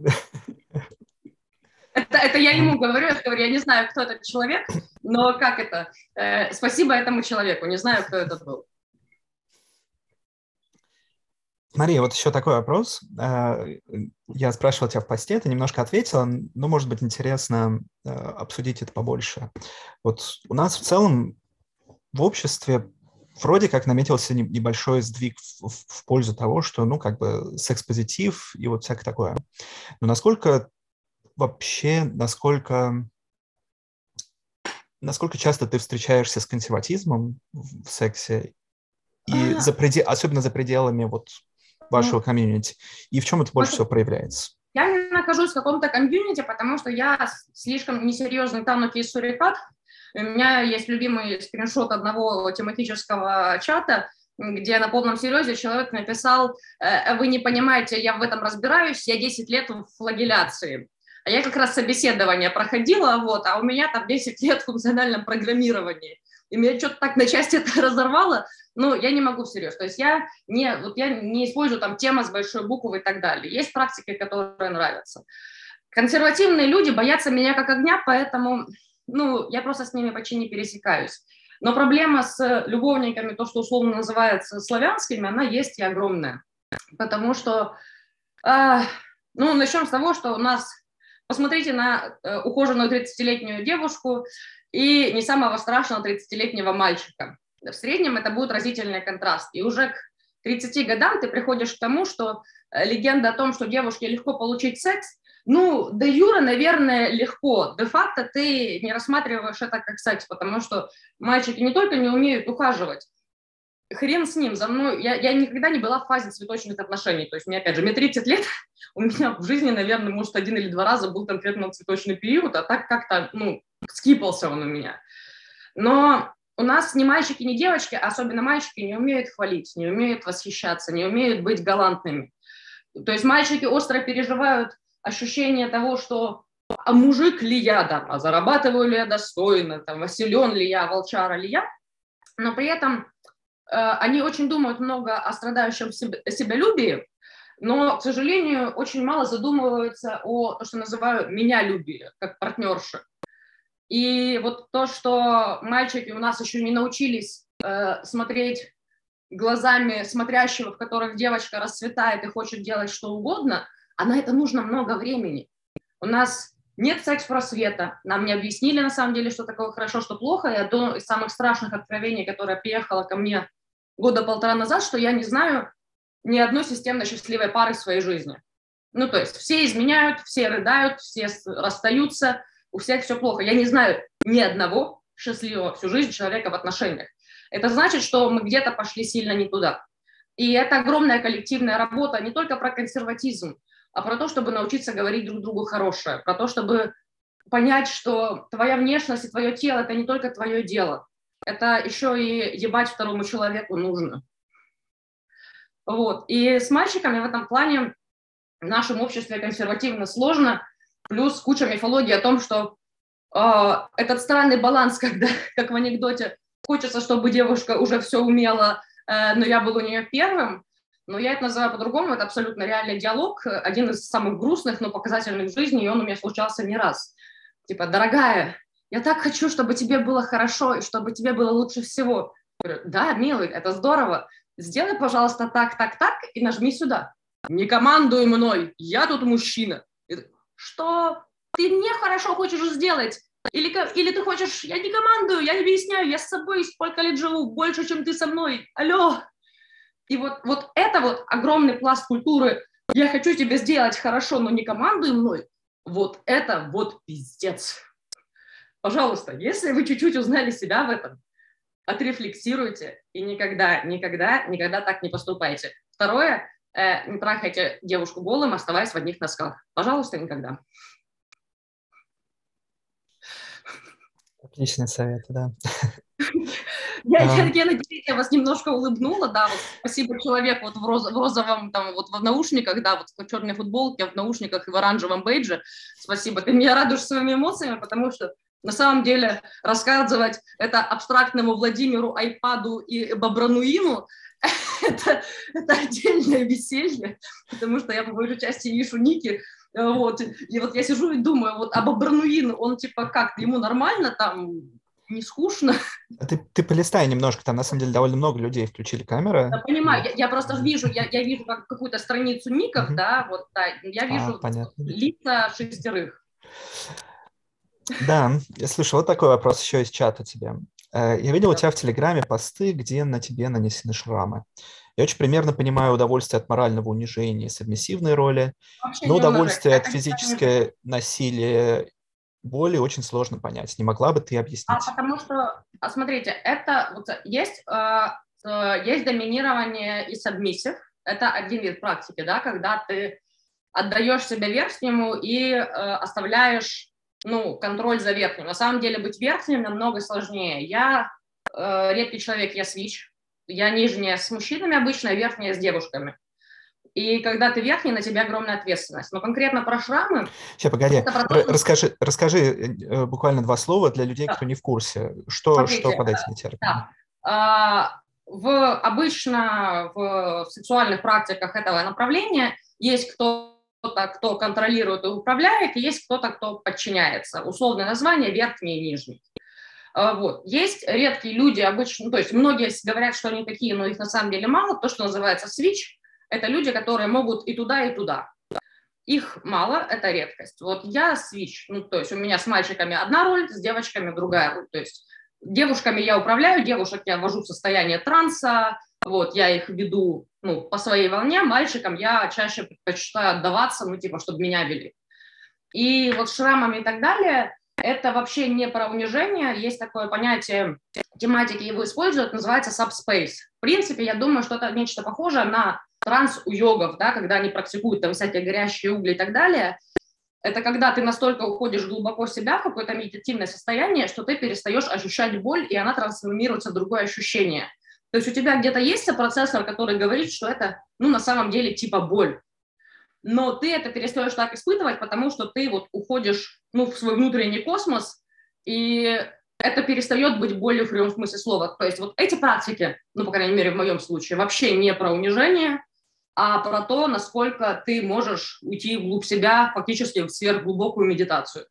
Это, это я ему говорю, я говорю, я не знаю, кто этот человек, но как это? Э, спасибо этому человеку, не знаю, кто это был. Мария, вот еще такой вопрос. Я спрашивал тебя в посте, ты немножко ответила, но, может быть, интересно обсудить это побольше. Вот у нас в целом в обществе вроде как наметился небольшой сдвиг в, в, в пользу того, что, ну, как бы секс-позитив и вот всякое такое. Но насколько вообще, насколько, насколько часто ты встречаешься с консерватизмом в сексе, и за предел, особенно за пределами вот вашего комьюнити, и в чем это больше всего проявляется? Я не нахожусь в каком-то комьюнити, потому что я слишком несерьезный тануки сурикат. У меня есть любимый скриншот одного тематического чата, где на полном серьезе человек написал: «Вы не понимаете, я в этом разбираюсь, я десять лет в флагеляции». А я как раз собеседование проходила, вот, а у меня там десять лет в функциональном программировании. И меня что-то так на части это разорвало, ну, я не могу всерьез. То есть я не, вот я не использую там тема с большой буквы и так далее. Есть практики, которые нравятся. Консервативные люди боятся меня как огня, поэтому, ну, я просто с ними почти не пересекаюсь. Но проблема с любовниками, то, что условно называется славянскими, она есть и огромная. Потому что, э, ну, начнем с того, что у нас, посмотрите на э, ухоженную тридцатилетнюю девушку и не самого страшного тридцатилетнего мальчика. В среднем это будет разительный контраст. И уже к тридцати годам ты приходишь к тому, что легенда о том, что девушке легко получить секс, ну, де юре, наверное, легко. Де-факто ты не рассматриваешь это как секс, потому что мальчики не только не умеют ухаживать, хрен с ним, за мной, я, я никогда не была в фазе цветочных отношений, то есть мне, опять же, мне тридцать лет, у меня в жизни, наверное, может, один или два раза был конкретно цветочный период, а так как-то, ну, скипался он у меня. Но у нас ни мальчики, ни девочки, а особенно мальчики, не умеют хвалить, не умеют восхищаться, не умеют быть галантными. То есть мальчики остро переживают ощущение того, что а мужик ли я, там, а зарабатываю ли я достойно, там, а силен ли я, волчара ли я, но при этом они очень думают много о страдающем себялюбии, но, к сожалению, очень мало задумываются о том, что называю меня-любие, как партнерши. И вот то, что мальчики у нас еще не научились э, смотреть глазами смотрящего, в которых девочка расцветает и хочет делать что угодно, а на это нужно много времени. У нас нет секс-просвета, нам не объяснили на самом деле, что такое хорошо, что плохо, и одно из самых страшных откровений, которое приехало ко мне года полтора назад, что я не знаю ни одной системно счастливой пары в своей жизни. Ну, то есть все изменяют, все рыдают, все расстаются, у всех все плохо. Я не знаю ни одного счастливого всю жизнь человека в отношениях. Это значит, что мы где-то пошли сильно не туда. И это огромная коллективная работа не только про консерватизм, а про то, чтобы научиться говорить друг другу хорошее, про то, чтобы понять, что твоя внешность и твое тело – это не только твое дело. Это еще и ебать второму человеку нужно. Вот. И с мальчиками в этом плане в нашем обществе консервативно сложно, плюс куча мифологии о том, что э, этот странный баланс, когда, как в анекдоте, хочется, чтобы девушка уже все умела, э, но я был у нее первым, но я это называю по-другому, это абсолютно реальный диалог, один из самых грустных, но показательных в жизни, и он у меня случался не раз. Типа, дорогая, я так хочу, чтобы тебе было хорошо, и чтобы тебе было лучше всего. Я говорю, да, милый, это здорово. Сделай, пожалуйста, так, так, так, и нажми сюда. Не командуй мной, я тут мужчина. Что ты мне хорошо хочешь сделать? Или, или ты хочешь, я не командую, я не объясняю, я с собой сколько лет живу, больше, чем ты со мной. Алло. И вот, вот это вот огромный пласт культуры, я хочу тебе сделать хорошо, но не командуй мной. Вот это вот пиздец. Пожалуйста, если вы чуть-чуть узнали себя в этом, отрефлексируйте и никогда, никогда, никогда так не поступайте. Второе, э, не трахайте девушку голым, оставаясь в одних носках. Пожалуйста, никогда. Отличные советы, да. Я, я, я надеюсь, я вас немножко улыбнула, да, вот спасибо человеку вот в, роз, в розовом, там, вот в наушниках, да, вот в черной футболке, в наушниках и в оранжевом бейдже, спасибо, ты меня радуешь своими эмоциями, потому что на самом деле рассказывать это абстрактному Владимиру Айпаду и Бобрануину это, это отдельное веселье, потому что я по большей части вижу ники, вот, и вот я сижу и думаю, вот, а Бобрануин, он типа как, ему нормально там, не скучно? Ты, ты полистай немножко, там на самом деле довольно много людей включили камеры. Я понимаю, я, я просто вижу, я, я вижу как, какую-то страницу ников, uh-huh. да, вот, да, я вижу а, лица шестерых. Да, слушай, вот такой вопрос еще из чата тебе. Я видел у тебя в Телеграме посты, где на тебе нанесены шрамы. Я очень примерно понимаю удовольствие от морального унижения и сабмиссивной роли, вообще но удовольствие от физического насилия, боли очень сложно понять. Не могла бы ты объяснить? А потому что, смотрите, это вот есть, есть доминирование и сабмиссив. Это один вид практики, да, когда ты отдаешь себя верхнему и оставляешь, ну, контроль за верхним. На самом деле быть верхним намного сложнее. Я э, редкий человек, я свич. Я нижняя с мужчинами обычно, а верхняя с девушками. И когда ты верхний, на тебя огромная ответственность. Но конкретно про шрамы... Сейчас, погоди. Про то, расскажи, расскажи буквально два слова для людей, да. кто не в курсе. Что, Смотрите, что под этими терминами? Да. В, обычно в сексуальных практиках этого направления есть кто кто-то, кто контролирует и управляет, и есть кто-то, кто подчиняется. Условное название верхний и нижний. Вот. Есть редкие люди, обычно, то есть многие говорят, что они такие, но их на самом деле мало. То, что называется свич, это люди, которые могут и туда, и туда. Их мало, это редкость. Вот я свич, ну, то есть у меня с мальчиками одна роль, с девочками другая роль. То есть девушками я управляю, девушек я ввожу в состояние транса, вот, я их веду ну, по своей волне, мальчикам я чаще предпочитаю отдаваться, ну, типа, чтобы меня вели. И вот с шрамами и так далее, это вообще не про унижение. Есть такое понятие, тематики его используют, называется subspace. В принципе, я думаю, что это нечто похожее на транс у йогов, да, когда они практикуют там всякие горящие угли и так далее. Это когда ты настолько уходишь глубоко в себя, в какое-то медитативное состояние, что ты перестаешь ощущать боль, и она трансформируется в другое ощущение. То есть у тебя где-то есть процессор, который говорит, что это, ну, на самом деле типа боль. Но ты это перестаешь так испытывать, потому что ты вот уходишь, ну, в свой внутренний космос, и это перестает быть болью в прямом смысле слова. То есть вот эти практики, ну, по крайней мере, в моем случае, вообще не про унижение, а про то, насколько ты можешь уйти вглубь себя, фактически в сверхглубокую медитацию.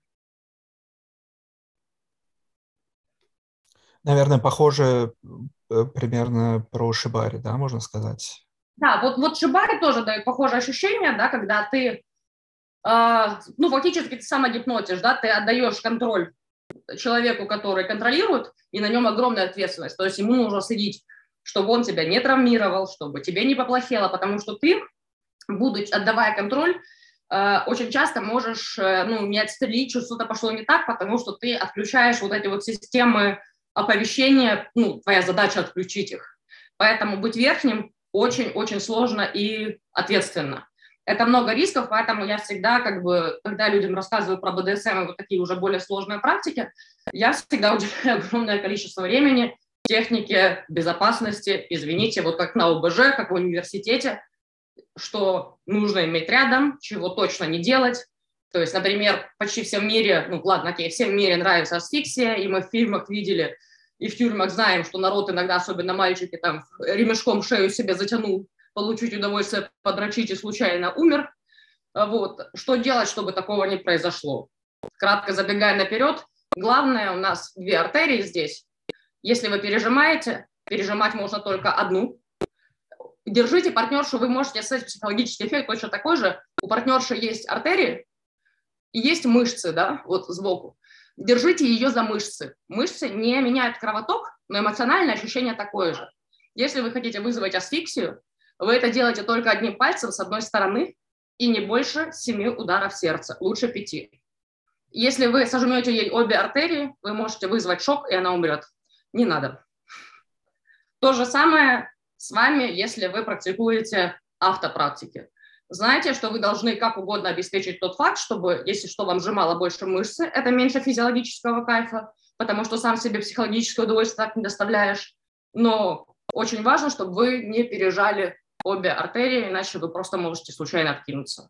Наверное, похоже примерно про шибари, да, можно сказать? Да, вот, вот шибари тоже дает похожее ощущение, да, когда ты, э, ну, фактически ты самогипнотишь, да, ты отдаешь контроль человеку, который контролирует, и на нем огромная ответственность. То есть ему нужно следить, чтобы он тебя не травмировал, чтобы тебе не поплохело, потому что ты, будучи, отдавая контроль, э, очень часто можешь э, ну, не отстрелить, что что-то пошло не так, потому что ты отключаешь вот эти вот системы оповещения, ну, твоя задача отключить их. Поэтому быть верхним очень-очень сложно и ответственно. Это много рисков, поэтому я всегда, как бы, когда людям рассказываю про бэ дэ эс эм и вот такие уже более сложные практики, я всегда уделяю огромное количество времени технике безопасности, извините, вот как на о бэ жэ, как в университете, что нужно иметь рядом, чего точно не делать. То есть, например, почти всем мире, ну ладно, окей, всем в мире нравится асфиксия, и мы в фильмах видели, и в тюрьмах знаем, что народ иногда, особенно мальчики, там ремешком шею себе затянул, получить удовольствие, подрочить и случайно умер. Вот. Что делать, чтобы такого не произошло? Кратко забегая наперед, главное, у нас две артерии здесь. Если вы пережимаете, пережимать можно только одну. Держите партнершу, вы можете создать психологический эффект точно такой же. У партнерши есть артерии и есть мышцы, да, вот сбоку. Держите ее за мышцы. Мышцы не меняют кровоток, но эмоциональное ощущение такое же. Если вы хотите вызвать асфиксию, вы это делаете только одним пальцем с одной стороны и не больше семи ударов сердца, лучше пяти. Если вы сожмете ей обе артерии, вы можете вызвать шок, и она умрет. Не надо. То же самое с вами, если вы практикуете автопрактики. Знаете, что вы должны как угодно обеспечить тот факт, чтобы, если что, вам сжимало больше мышцы, это меньше физиологического кайфа, потому что сам себе психологическое удовольствие так не доставляешь. Но очень важно, чтобы вы не пережали обе артерии, иначе вы просто можете случайно откинуться.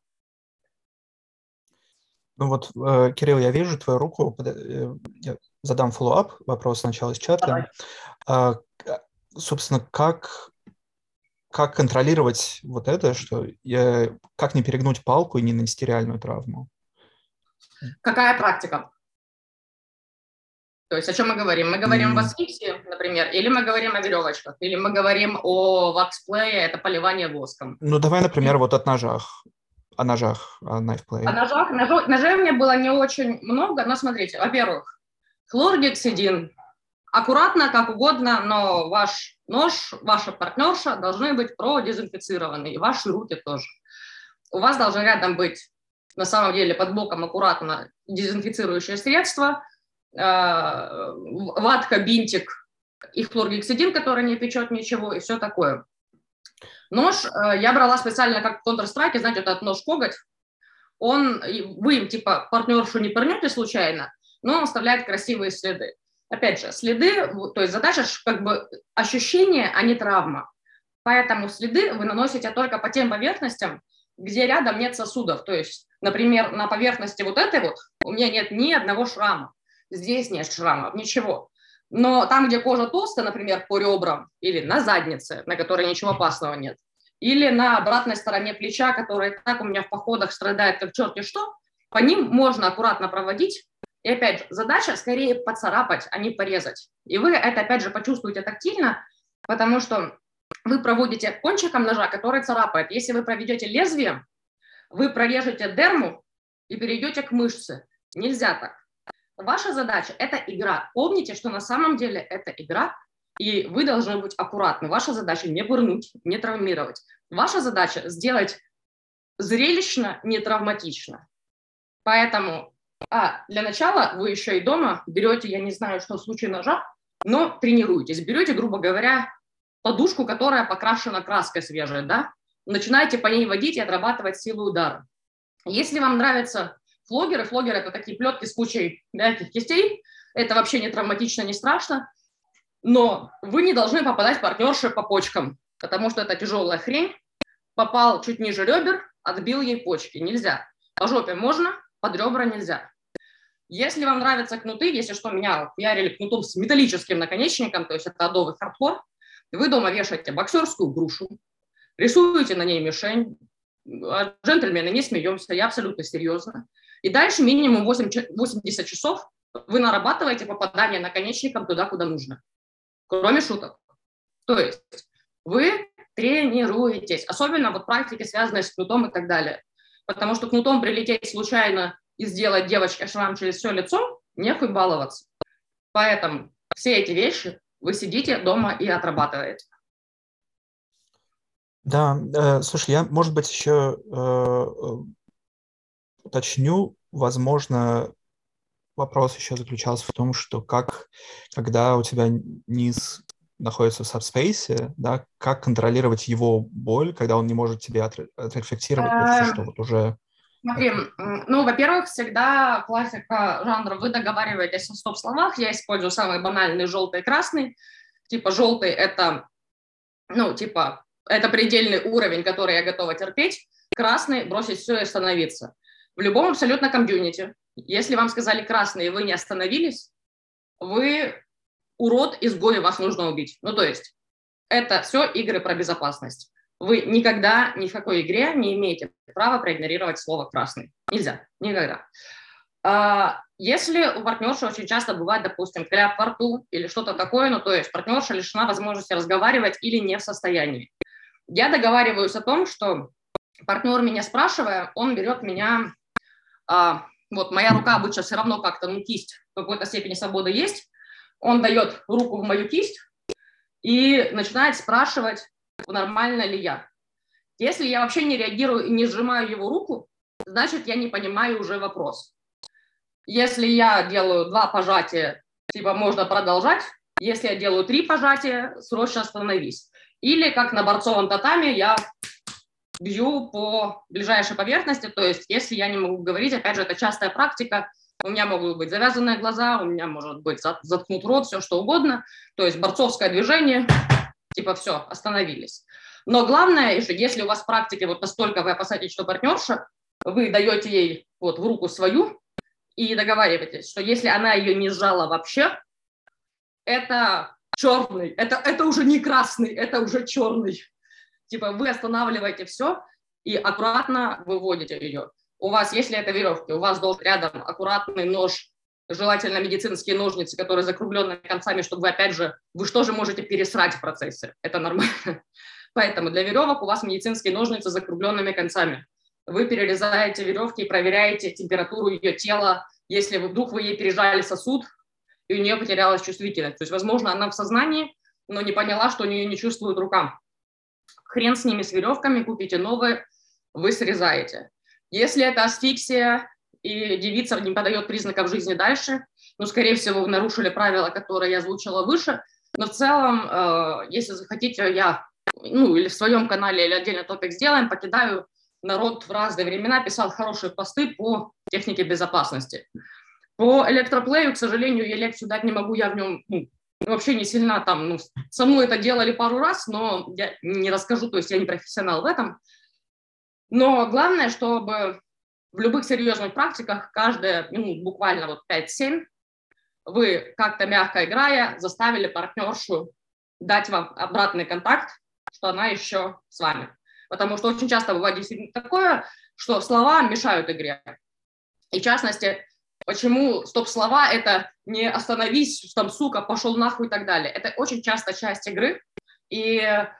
Ну вот, Кирилл, я вижу твою руку. Я задам фоллоуап, вопрос сначала из чата. Давай. Собственно, как, как контролировать вот это, что я, как не перегнуть палку и не нанести реальную травму? Какая практика? То есть о чем мы говорим? Мы говорим mm. об асфиксии, например, или мы говорим о веревочках, или мы говорим о ваксплее, это поливание воском. Ну, давай, например, вот от ножах. О ножах, о найфплее. О ножах. Ножов, ножей у меня было не очень много, но смотрите, во-первых, хлоргексидин. Аккуратно, как угодно, но ваш нож, ваша партнерша должны быть продезинфицированы, и ваши руки тоже. У вас должны рядом быть, на самом деле, под боком аккуратно дезинфицирующее средство, ватка, бинтик и хлоргексидин, который не печет ничего, и все такое. Нож я брала специально как в Counter-Strike, знаете, вот этот нож-коготь, он, вы им типа партнершу не пырнете случайно, но он оставляет красивые следы. Опять же, следы, то есть задача как бы ощущение, а не травма. Поэтому следы вы наносите только по тем поверхностям, где рядом нет сосудов. То есть, например, на поверхности вот этой вот у меня нет ни одного шрама. Здесь нет шрамов, ничего. Но там, где кожа толстая, например, по ребрам, или на заднице, на которой ничего опасного нет, или на обратной стороне плеча, которая так у меня в походах страдает, как черти что, по ним можно аккуратно проводить. И опять же, задача скорее поцарапать, а не порезать. И вы это опять же почувствуете тактильно, потому что вы проводите кончиком ножа, который царапает. Если вы проведете лезвием, вы прорежете дерму и перейдете к мышце. Нельзя так. Ваша задача – это игра. Помните, что на самом деле это игра, И вы должны быть аккуратны. Ваша задача не бурнуть, не травмировать. Ваша задача сделать зрелищно, не травматично. Поэтому а, для начала вы еще и дома берете, я не знаю, что в случае ножа, но тренируетесь. Берете, грубо говоря, подушку, которая покрашена краской свежей, да? Начинаете по ней водить и отрабатывать силу удара. Если вам нравятся флогеры, флогеры – это такие плетки с кучей мягких кистей, это вообще не травматично, не страшно, но вы не должны попадать партнерше по почкам, потому что это тяжелая хрень. Попал чуть ниже ребер, отбил ей почки. Нельзя. По жопе можно, под ребра нельзя. Если вам нравятся кнуты, если что, меня хуярили кнутом с металлическим наконечником, то есть это адовый хардкор, вы дома вешаете боксерскую грушу, рисуете на ней мишень. Джентльмены, не смеемся, я абсолютно серьезно. И дальше минимум восемьдесят часов вы нарабатываете попадание наконечником туда, куда нужно. Кроме шуток. То есть вы тренируетесь. Особенно вот практики, связанные с кнутом и так далее. Потому что кнутом прилететь случайно и сделать девочке шрам через все лицо, нехуй баловаться. Поэтому все эти вещи вы сидите дома и отрабатываете. Да, э, слушай, я, может быть, еще э, уточню, возможно, вопрос еще заключался в том, что как, когда у тебя низ находится в сабспейсе, да, как контролировать его боль, когда он не может тебе отрефлектировать, то, что вот уже... Смотри, ну, во-первых, всегда классика жанра, вы договариваетесь о стоп-словах, я использую самый банальный желтый и красный, типа желтый это, ну, типа, это предельный уровень, который я готова терпеть, красный бросить все и остановиться. В любом абсолютно комьюнити, если вам сказали красный и вы не остановились, вы урод, изгой, вас нужно убить. Ну, то есть, это все игры про безопасность. Вы никогда ни в какой игре не имеете права проигнорировать слово «красный». Нельзя. Никогда. А если у партнерши очень часто бывает, допустим, кляп во рту или что-то такое, ну, то есть партнерша лишена возможности разговаривать или не в состоянии. Я договариваюсь о том, что партнер меня спрашивая, он берет меня... А, вот моя рука обычно все равно как-то, ну, кисть в какой-то степени свободы есть. Он дает руку в мою кисть и начинает спрашивать, нормально ли я. Если я вообще не реагирую и не сжимаю его руку, значит, я не понимаю уже вопрос. Если я делаю два пожатия, типа можно продолжать. Если я делаю три пожатия, срочно остановись. Или, как на борцовом татами, я бью по ближайшей поверхности. То есть, если я не могу говорить, опять же, это частая практика. У меня могут быть завязанные глаза, у меня может быть заткнут рот, все что угодно. То есть, борцовское движение... Типа все, остановились. Но главное, если у вас в практике вот настолько вы опасаетесь, что партнерша, вы даете ей вот в руку свою и договариваетесь, что если она ее не сжала вообще, это черный, это, это уже не красный, это уже черный. Типа вы останавливаете все и аккуратно выводите ее. У вас, если это веревки, у вас должен рядом аккуратный нож, желательно медицинские ножницы, которые с закругленными концами, чтобы вы, опять же, вы что же можете пересрать в процессе. Это нормально. Поэтому для веревок у вас медицинские ножницы с закругленными концами. Вы перерезаете веревки и проверяете температуру ее тела, если вдруг вы ей пережали сосуд, и у нее потерялась чувствительность. То есть, возможно, она в сознании, но не поняла, что у нее не чувствует рука. Хрен с ними, с веревками, купите новые, вы срезаете. Если это асфиксия, и девица не подает признаков жизни дальше, ну, скорее всего, вы нарушили правила, которые я озвучила выше, но в целом, э, если захотите, я, ну, или в своем канале, или отдельно топик сделаем, покидаю, народ в разные времена писал хорошие посты по технике безопасности. По электроплею, к сожалению, я лекцию дать не могу, я в нем ну, вообще не сильна там, ну, со мной это делали пару раз, но я не расскажу, то есть я не профессионал в этом. Но главное, чтобы... В любых серьезных практиках каждые минут, буквально вот пять-семь, вы как-то мягко играя заставили партнершу дать вам обратный контакт, что она еще с вами. Потому что очень часто бывает действительно такое, что слова мешают игре. И в частности, почему стоп-слова – это не остановись, там, сука, пошел нахуй и так далее. Это очень часто часть игры. И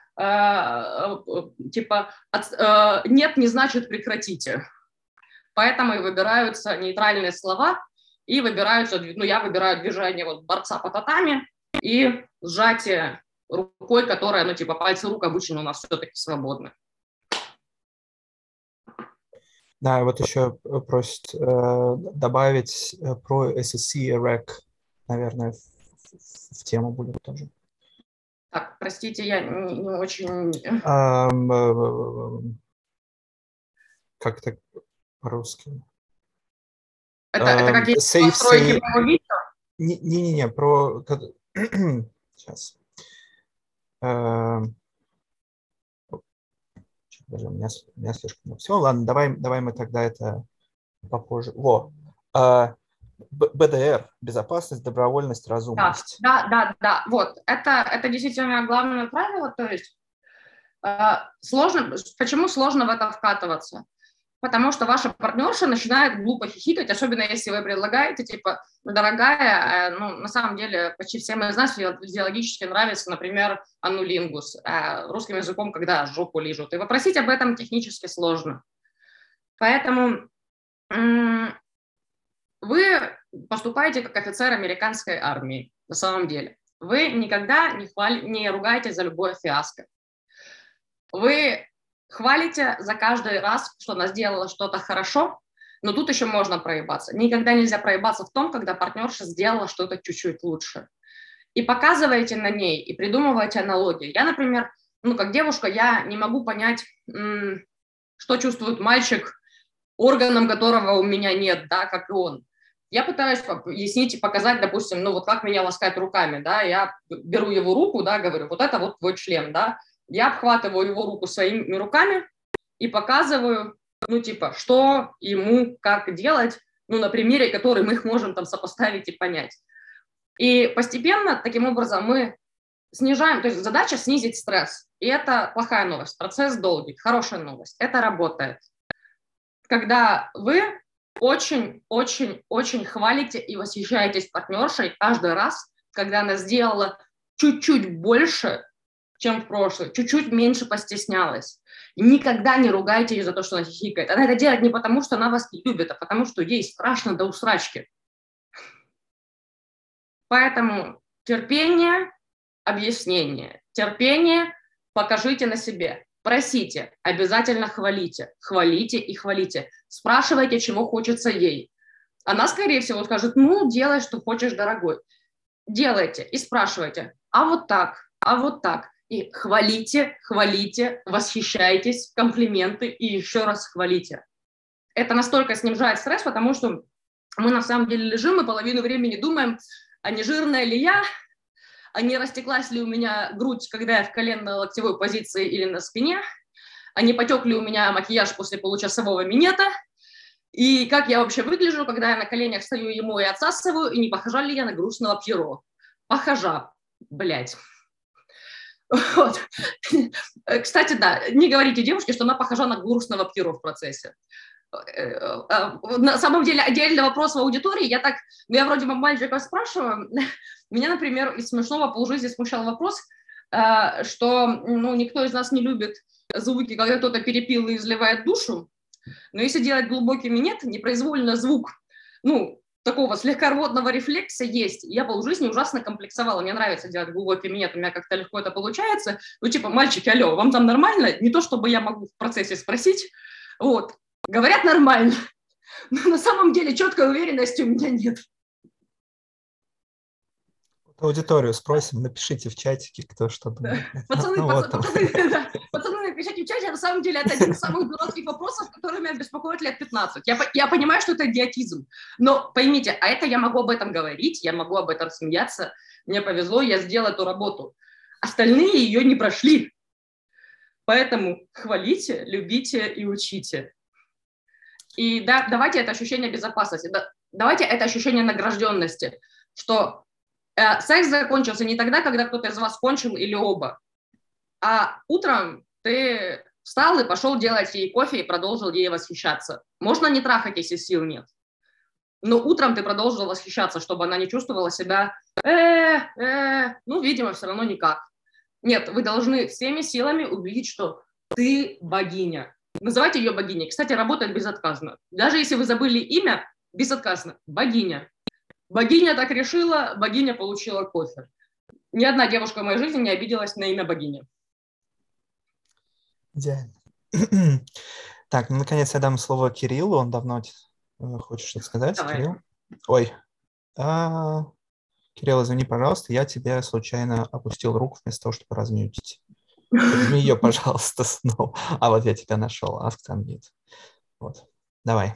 э, типа от, э, нет не значит прекратите. Поэтому и выбираются нейтральные слова, и выбираются, ну, я выбираю движение вот борца по татами, и сжатие рукой, которая, ну, типа, пальцы рук обычно у нас все-таки свободны. Да, вот еще просят э, добавить э, про эс эс си и рэк, наверное, в, в, в тему будет тоже. Так, простите, я не, не очень... Um, э, как это по-русски? Это, это Um, какие-то save, настройки save... моего видео? Не-не-не, про... Сейчас. Uh... Даже у меня, у меня слишком много всего. Ладно, давай, давай мы тогда это попозже. Во. Uh, бэ дэ эр. Безопасность, добровольность, разумность. Да, да, да, да. Вот. Это, это действительно главное правило. То есть э, сложно... Почему сложно в это вкатываться? Потому что ваша партнерша начинает глупо хихикать, особенно если вы предлагаете, типа, дорогая, э, ну, на самом деле, почти всем из нас физиологически нравится, например, аннулингус, э, русским языком, когда жопу лижут. И попросить об этом технически сложно. Поэтому м- вы поступаете как офицер американской армии, на самом деле. Вы никогда не, хвали- не ругаетесь за любое фиаско. Вы хвалите за каждый раз, что она сделала что-то хорошо, но тут еще можно проебаться. Никогда нельзя проебаться в том, когда партнерша сделала что-то чуть-чуть лучше. И показываете на ней, и придумываете аналогии. Я, например, ну, как девушка, я не могу понять, м- что чувствует мальчик, органом которого у меня нет, да, как и он. Я пытаюсь объяснить и показать, допустим, ну, вот как меня ласкать руками, да, я беру его руку, да, говорю, вот это вот твой член, да, я обхватываю его руку своими руками и показываю, ну, типа, что ему, как делать, ну, на примере, который мы их можем там сопоставить и понять. И постепенно, таким образом, мы снижаем, то есть задача снизить стресс. И это плохая новость, процесс долгий, хорошая новость, это работает. Когда вы очень-очень-очень хвалите и восхищаетесь партнершей каждый раз, когда она сделала чуть-чуть больше, чем в прошлый, чуть-чуть меньше постеснялась. Никогда не ругайте ее за то, что она хихикает. Она это делает не потому, что она вас не любит, а потому, что ей страшно до усрачки. Поэтому терпение, объяснение. Терпение покажите на себе. Просите, обязательно хвалите. Хвалите и хвалите. Спрашивайте, чего хочется ей. Она, скорее всего, скажет, ну, делай, что хочешь, дорогой. Делайте и спрашивайте, а вот так, а вот так. И хвалите, хвалите, восхищайтесь, комплименты и еще раз хвалите. Это настолько снижает стресс, потому что мы на самом деле лежим и половину времени думаем, а не жирная ли я, а не растеклась ли у меня грудь, когда я в коленно-локтевой позиции или на спине, а не потек ли у меня макияж после получасового минета, и как я вообще выгляжу, когда я на коленях стою ему и отсасываю, и не похожа ли я на грустного Пьеро. Похожа, блядь. Вот. Кстати, да, не говорите девушке, что она похожа на грустного Пьеро в процессе. На самом деле, отдельный вопрос в аудитории. Я так, ну, я вроде бы мальчика спрашиваю. Меня, например, из смешного полжизни смущал вопрос, что, ну, никто из нас не любит звуки, когда кто-то перепил и изливает душу. Но если делать глубокий минет, непроизвольно звук, ну, такого слегка рвотного рефлекса есть. Я полжизни ужасно комплексовала. Мне нравится делать глубокий минет, у меня как-то легко это получается. Ну, типа, мальчики, алло, вам там нормально? Не то, чтобы я могу в процессе спросить. Вот. Говорят, нормально. Но на самом деле четкой уверенности у меня нет. Аудиторию спросим, напишите в чатике, кто что думает. Пацаны, ну, пацаны, вот пацаны, да. Пацаны, напишите в чате, на самом деле это один из самых дурацких вопросов, которые меня беспокоят лет пятнадцать. Я, я понимаю, что это идиотизм, но поймите, а это я могу об этом говорить, я могу об этом смеяться, мне повезло, я сделал эту работу. Остальные ее не прошли. Поэтому хвалите, любите и учите. И да, давайте это ощущение безопасности, да, давайте это ощущение награжденности, что э, секс закончился не тогда, когда кто-то из вас кончил или оба, а утром ты встал и пошел делать ей кофе и продолжил ей восхищаться. Можно не трахать, если сил нет, но утром ты продолжил восхищаться, чтобы она не чувствовала себя, э, э, ну, видимо, все равно никак. Нет, вы должны всеми силами убедить, что ты богиня. Называйте ее богиней. Кстати, работает безотказно. Даже если вы забыли имя, безотказно. Богиня. Богиня так решила, богиня получила кофе. ни одна девушка в моей жизни не обиделась на имя богини. Идеально. Так, ну, наконец я дам слово Кириллу. Он давно э, хочет что-то сказать. Давай. Кирилл? Ой. А, Кирилл, извини, пожалуйста, я тебе случайно опустил руку вместо того, чтобы размьютить. Подними ее, пожалуйста, снова. А вот я тебя нашел. Ask to unmute. Вот. Давай.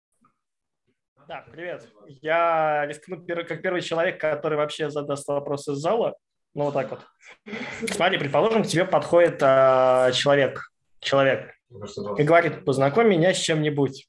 Да, привет. Я рискну как первый человек, который вообще задаст вопрос из зала. Ну, вот так вот. Смотри, предположим, к тебе подходит а, человек, человек и говорит, познакомь меня с чем-нибудь.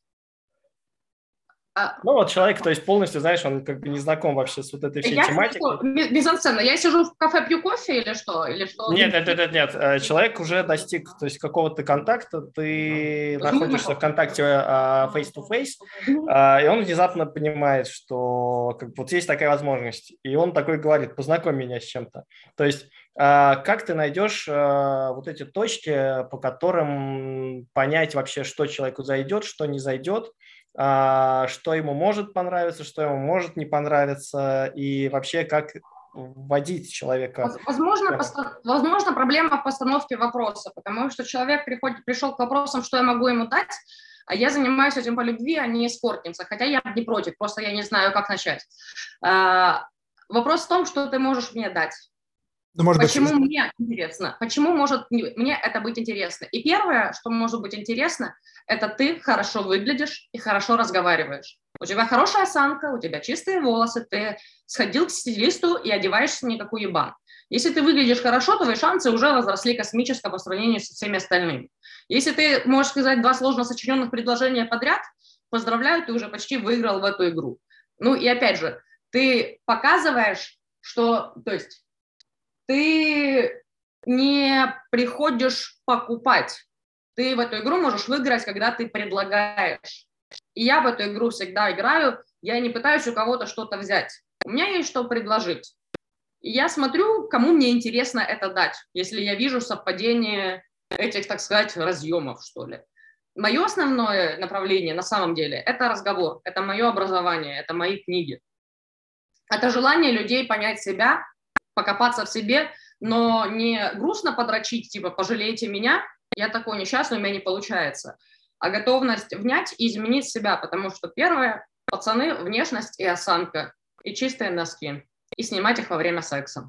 А... Ну, вот человек, то есть полностью, знаешь, он как бы не знаком вообще с вот этой всей я тематикой. Мизансцена. Я сижу в кафе, пью кофе или что? Или что? Нет, нет, нет, нет. Человек уже достиг, то есть какого-то контакта, ты Почему находишься в контакте uh, face-to-face, uh, и он внезапно понимает, что как бы, вот есть такая возможность, и он такой говорит, познакомь меня с чем-то. То есть uh, как ты найдешь uh, вот эти точки, по которым понять вообще, что человеку зайдет, что не зайдет, что ему может понравиться, что ему может не понравиться, и вообще как вводить человека. Возможно, поста... Возможно, проблема в постановке вопроса, потому что человек приходит, пришел к вопросам, что я могу ему дать, а я занимаюсь этим по любви, а не эскортница, хотя я не против, просто я не знаю, как начать. А, вопрос в том, что ты можешь мне дать. Ну, может Почему быть... мне интересно? Почему может мне это быть интересно? И первое, что может быть интересно, это ты хорошо выглядишь и хорошо разговариваешь. У тебя хорошая осанка, у тебя чистые волосы, ты сходил к стилисту и одеваешься не как уебан. Если ты выглядишь хорошо, твои шансы уже возросли космически по сравнению со всеми остальными. Если ты можешь сказать два сложно сочиненных предложения подряд, поздравляю, ты уже почти выиграл в эту игру. Ну и опять же, ты показываешь, что, то есть, ты не приходишь покупать. Ты в эту игру можешь выиграть, когда ты предлагаешь. И я в эту игру всегда играю, я не пытаюсь у кого-то что-то взять. У меня есть что предложить. И я смотрю, кому мне интересно это дать, если я вижу совпадение этих, так сказать, разъемов, что ли. Мое основное направление на самом деле – это разговор, это мое образование, это мои книги. Это желание людей понять себя, покопаться в себе, но не грустно подрочить, типа «пожалейте меня», я такой несчастный, у меня не получается, а готовность внять и изменить себя, потому что первое, пацаны, внешность и осанка, и чистые носки, и снимать их во время секса.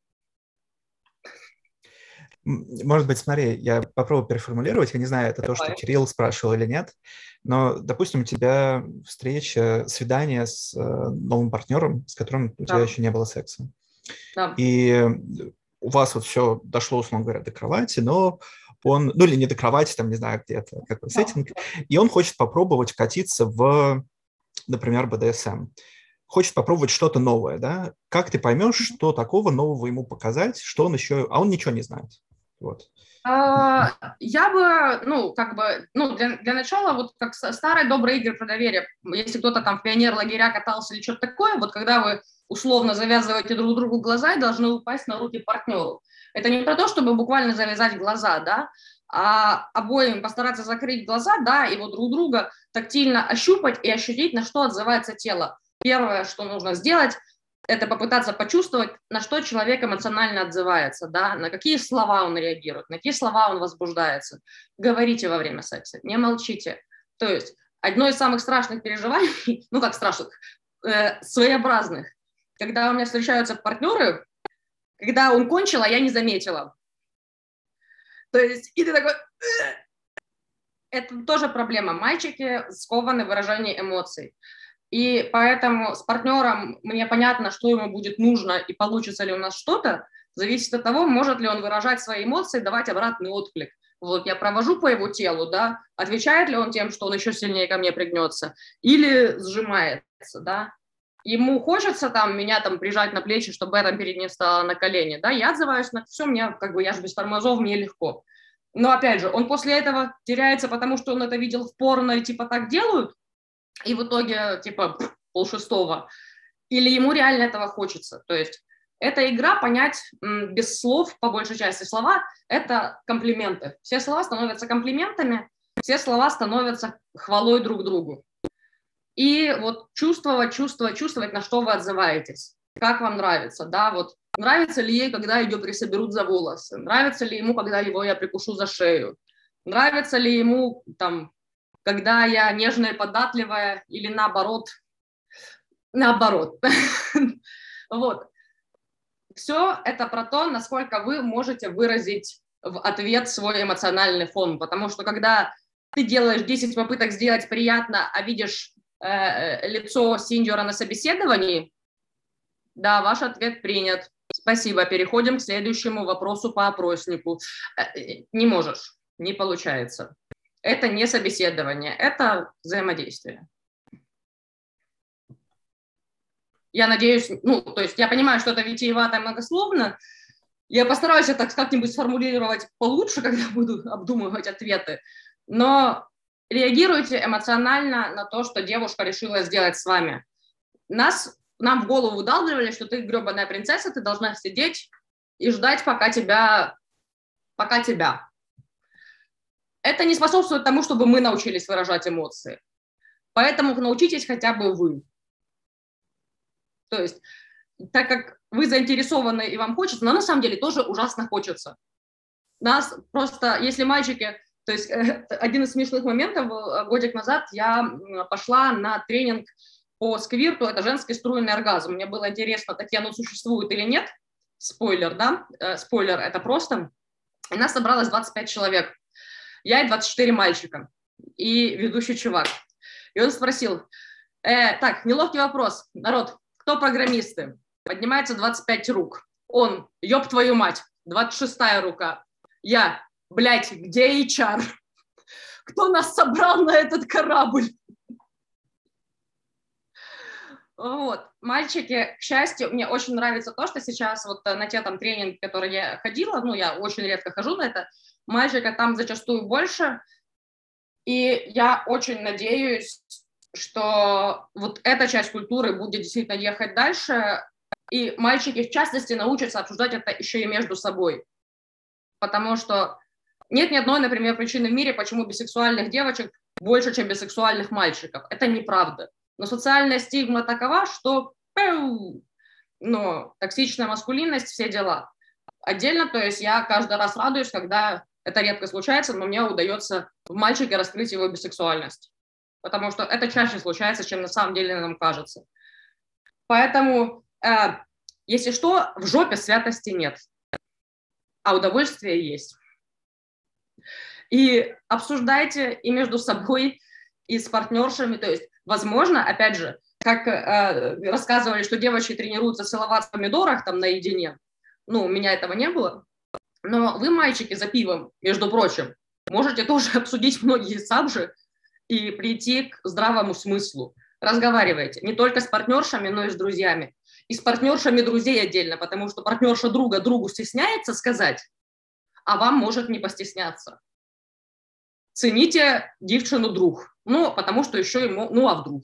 Может быть, смотри, я попробую переформулировать, я не знаю, это Давай. То, что Кирилл спрашивал или нет, но, допустим, у тебя встреча, свидание с э, новым партнером, с которым у тебя да. еще не было секса. Да. И у вас вот все дошло, условно говоря, до кровати, но он, ну или не до кровати, там, не знаю, где-то, какой да. сеттинг, и он хочет попробовать вкатиться в, например, бэ дэ эс эм. Хочет попробовать что-то новое, да? Как ты поймешь, что такого нового ему показать, что он еще... А он ничего не знает. Вот. А, я бы, ну, как бы, ну, для, для начала, вот как старые добрые игры про доверие, если кто-то там в пионер-лагеря катался или что-то такое, вот когда вы условно завязываете друг другу глаза и должны упасть на руки партнеру. Это не про то, чтобы буквально завязать глаза, да, а обоим постараться закрыть глаза, да, и вот друг друга тактильно ощупать и ощутить, на что отзывается тело. Первое, что нужно сделать, это попытаться почувствовать, на что человек эмоционально отзывается, да, на какие слова он реагирует, на какие слова он возбуждается. Говорите во время секса, не молчите. То есть одно из самых страшных переживаний, ну как страшных, э, своеобразных, когда у меня встречаются партнеры, когда он кончил, а я не заметила. То есть, и ты такой... Это тоже проблема. Мальчики скованы в выражении эмоций. И поэтому с партнером мне понятно, что ему будет нужно и получится ли у нас что-то, зависит от того, может ли он выражать свои эмоции, давать обратный отклик. Вот я провожу по его телу, да, отвечает ли он тем, что он еще сильнее ко мне пригнется, или сжимается, да. Ему хочется там меня там прижать на плечи, чтобы я там перед ним встала на колени, да, я отзываюсь на все, мне как бы я же без тормозов, мне легко. Но опять же, он после этого теряется, потому что он это видел в порно и типа так делают, и в итоге, типа, полшестого. Или ему реально этого хочется. То есть эта игра понять м, без слов, по большей части слова, это комплименты. Все слова становятся комплиментами, все слова становятся хвалой друг другу. И вот чувствовать, чувствовать, чувствовать, на что вы отзываетесь. Как вам нравится, да, вот Нравится ли ей, когда ее присоберут за волосы? Нравится ли ему, когда его я прикушу за шею? Нравится ли ему, там, когда я нежная и податливая, или наоборот? Наоборот. Вот. Все это про то, насколько вы можете выразить в ответ свой эмоциональный фон. Потому что когда ты делаешь десять попыток сделать приятно, а видишь э, лицо сеньора на собеседовании, да, ваш ответ принят. Спасибо. Переходим к следующему вопросу по опроснику. Э, не можешь, не получается. Это не собеседование, это взаимодействие. Я надеюсь, ну, то есть я понимаю, что это витиевато и многословно. Я постараюсь это как-нибудь сформулировать получше, когда буду обдумывать ответы. Но реагируйте эмоционально на то, что девушка решила сделать с вами. Нас, нам в голову вдалбливали, что ты гребаная принцесса, ты должна сидеть и ждать, пока тебя, пока тебя. Это не способствует тому, чтобы мы научились выражать эмоции. Поэтому научитесь хотя бы вы. То есть, так как вы заинтересованы и вам хочется, но на самом деле тоже ужасно хочется. Нас просто, если мальчики... То есть один из смешных моментов, годик назад я пошла на тренинг по сквирту, это женский струйный оргазм. Мне было интересно, такие оно существует или нет. Спойлер, да? Спойлер, это просто. И нас собралось двадцать пять человек. Я и двадцать четыре мальчика. И ведущий чувак. И он спросил, э, так, неловкий вопрос, народ, кто программисты? Поднимается двадцать пять рук. Он, ёб твою мать, двадцать шестая рука. Я, блядь, где эйч ар? Кто нас собрал на этот корабль? Вот, мальчики, к счастью, мне очень нравится то, что сейчас вот на те там тренинги, которые я ходила, ну, я очень редко хожу на это, мальчика там зачастую больше, и я очень надеюсь, что вот эта часть культуры будет действительно ехать дальше, и мальчики, в частности, научатся обсуждать это еще и между собой. Потому что нет ни одной, например, причины в мире, почему бисексуальных девочек больше, чем бисексуальных мальчиков. Это неправда. Но социальная стигма такова, что пэу, ну, токсичная маскулинность, все дела. Отдельно, то есть я каждый раз радуюсь, когда это редко случается, но мне удается в мальчике раскрыть его бисексуальность. Потому что это чаще случается, чем на самом деле нам кажется. Поэтому, э, если что, в жопе святости нет, а удовольствие есть. И обсуждайте и между собой, и с партнершами. То есть, возможно, опять же, как э, рассказывали, что девочки тренируются целоваться в помидорах там наедине. Ну, у меня этого не было. Но вы, мальчики, за пивом, между прочим, можете тоже обсудить многие сабжи и прийти к здравому смыслу. Разговаривайте не только с партнершами, но и с друзьями. И с партнершами друзей отдельно, потому что партнерша друга другу стесняется сказать, а вам может не постесняться. Цените девчину друг. Ну, потому что еще ему, ну, а вдруг.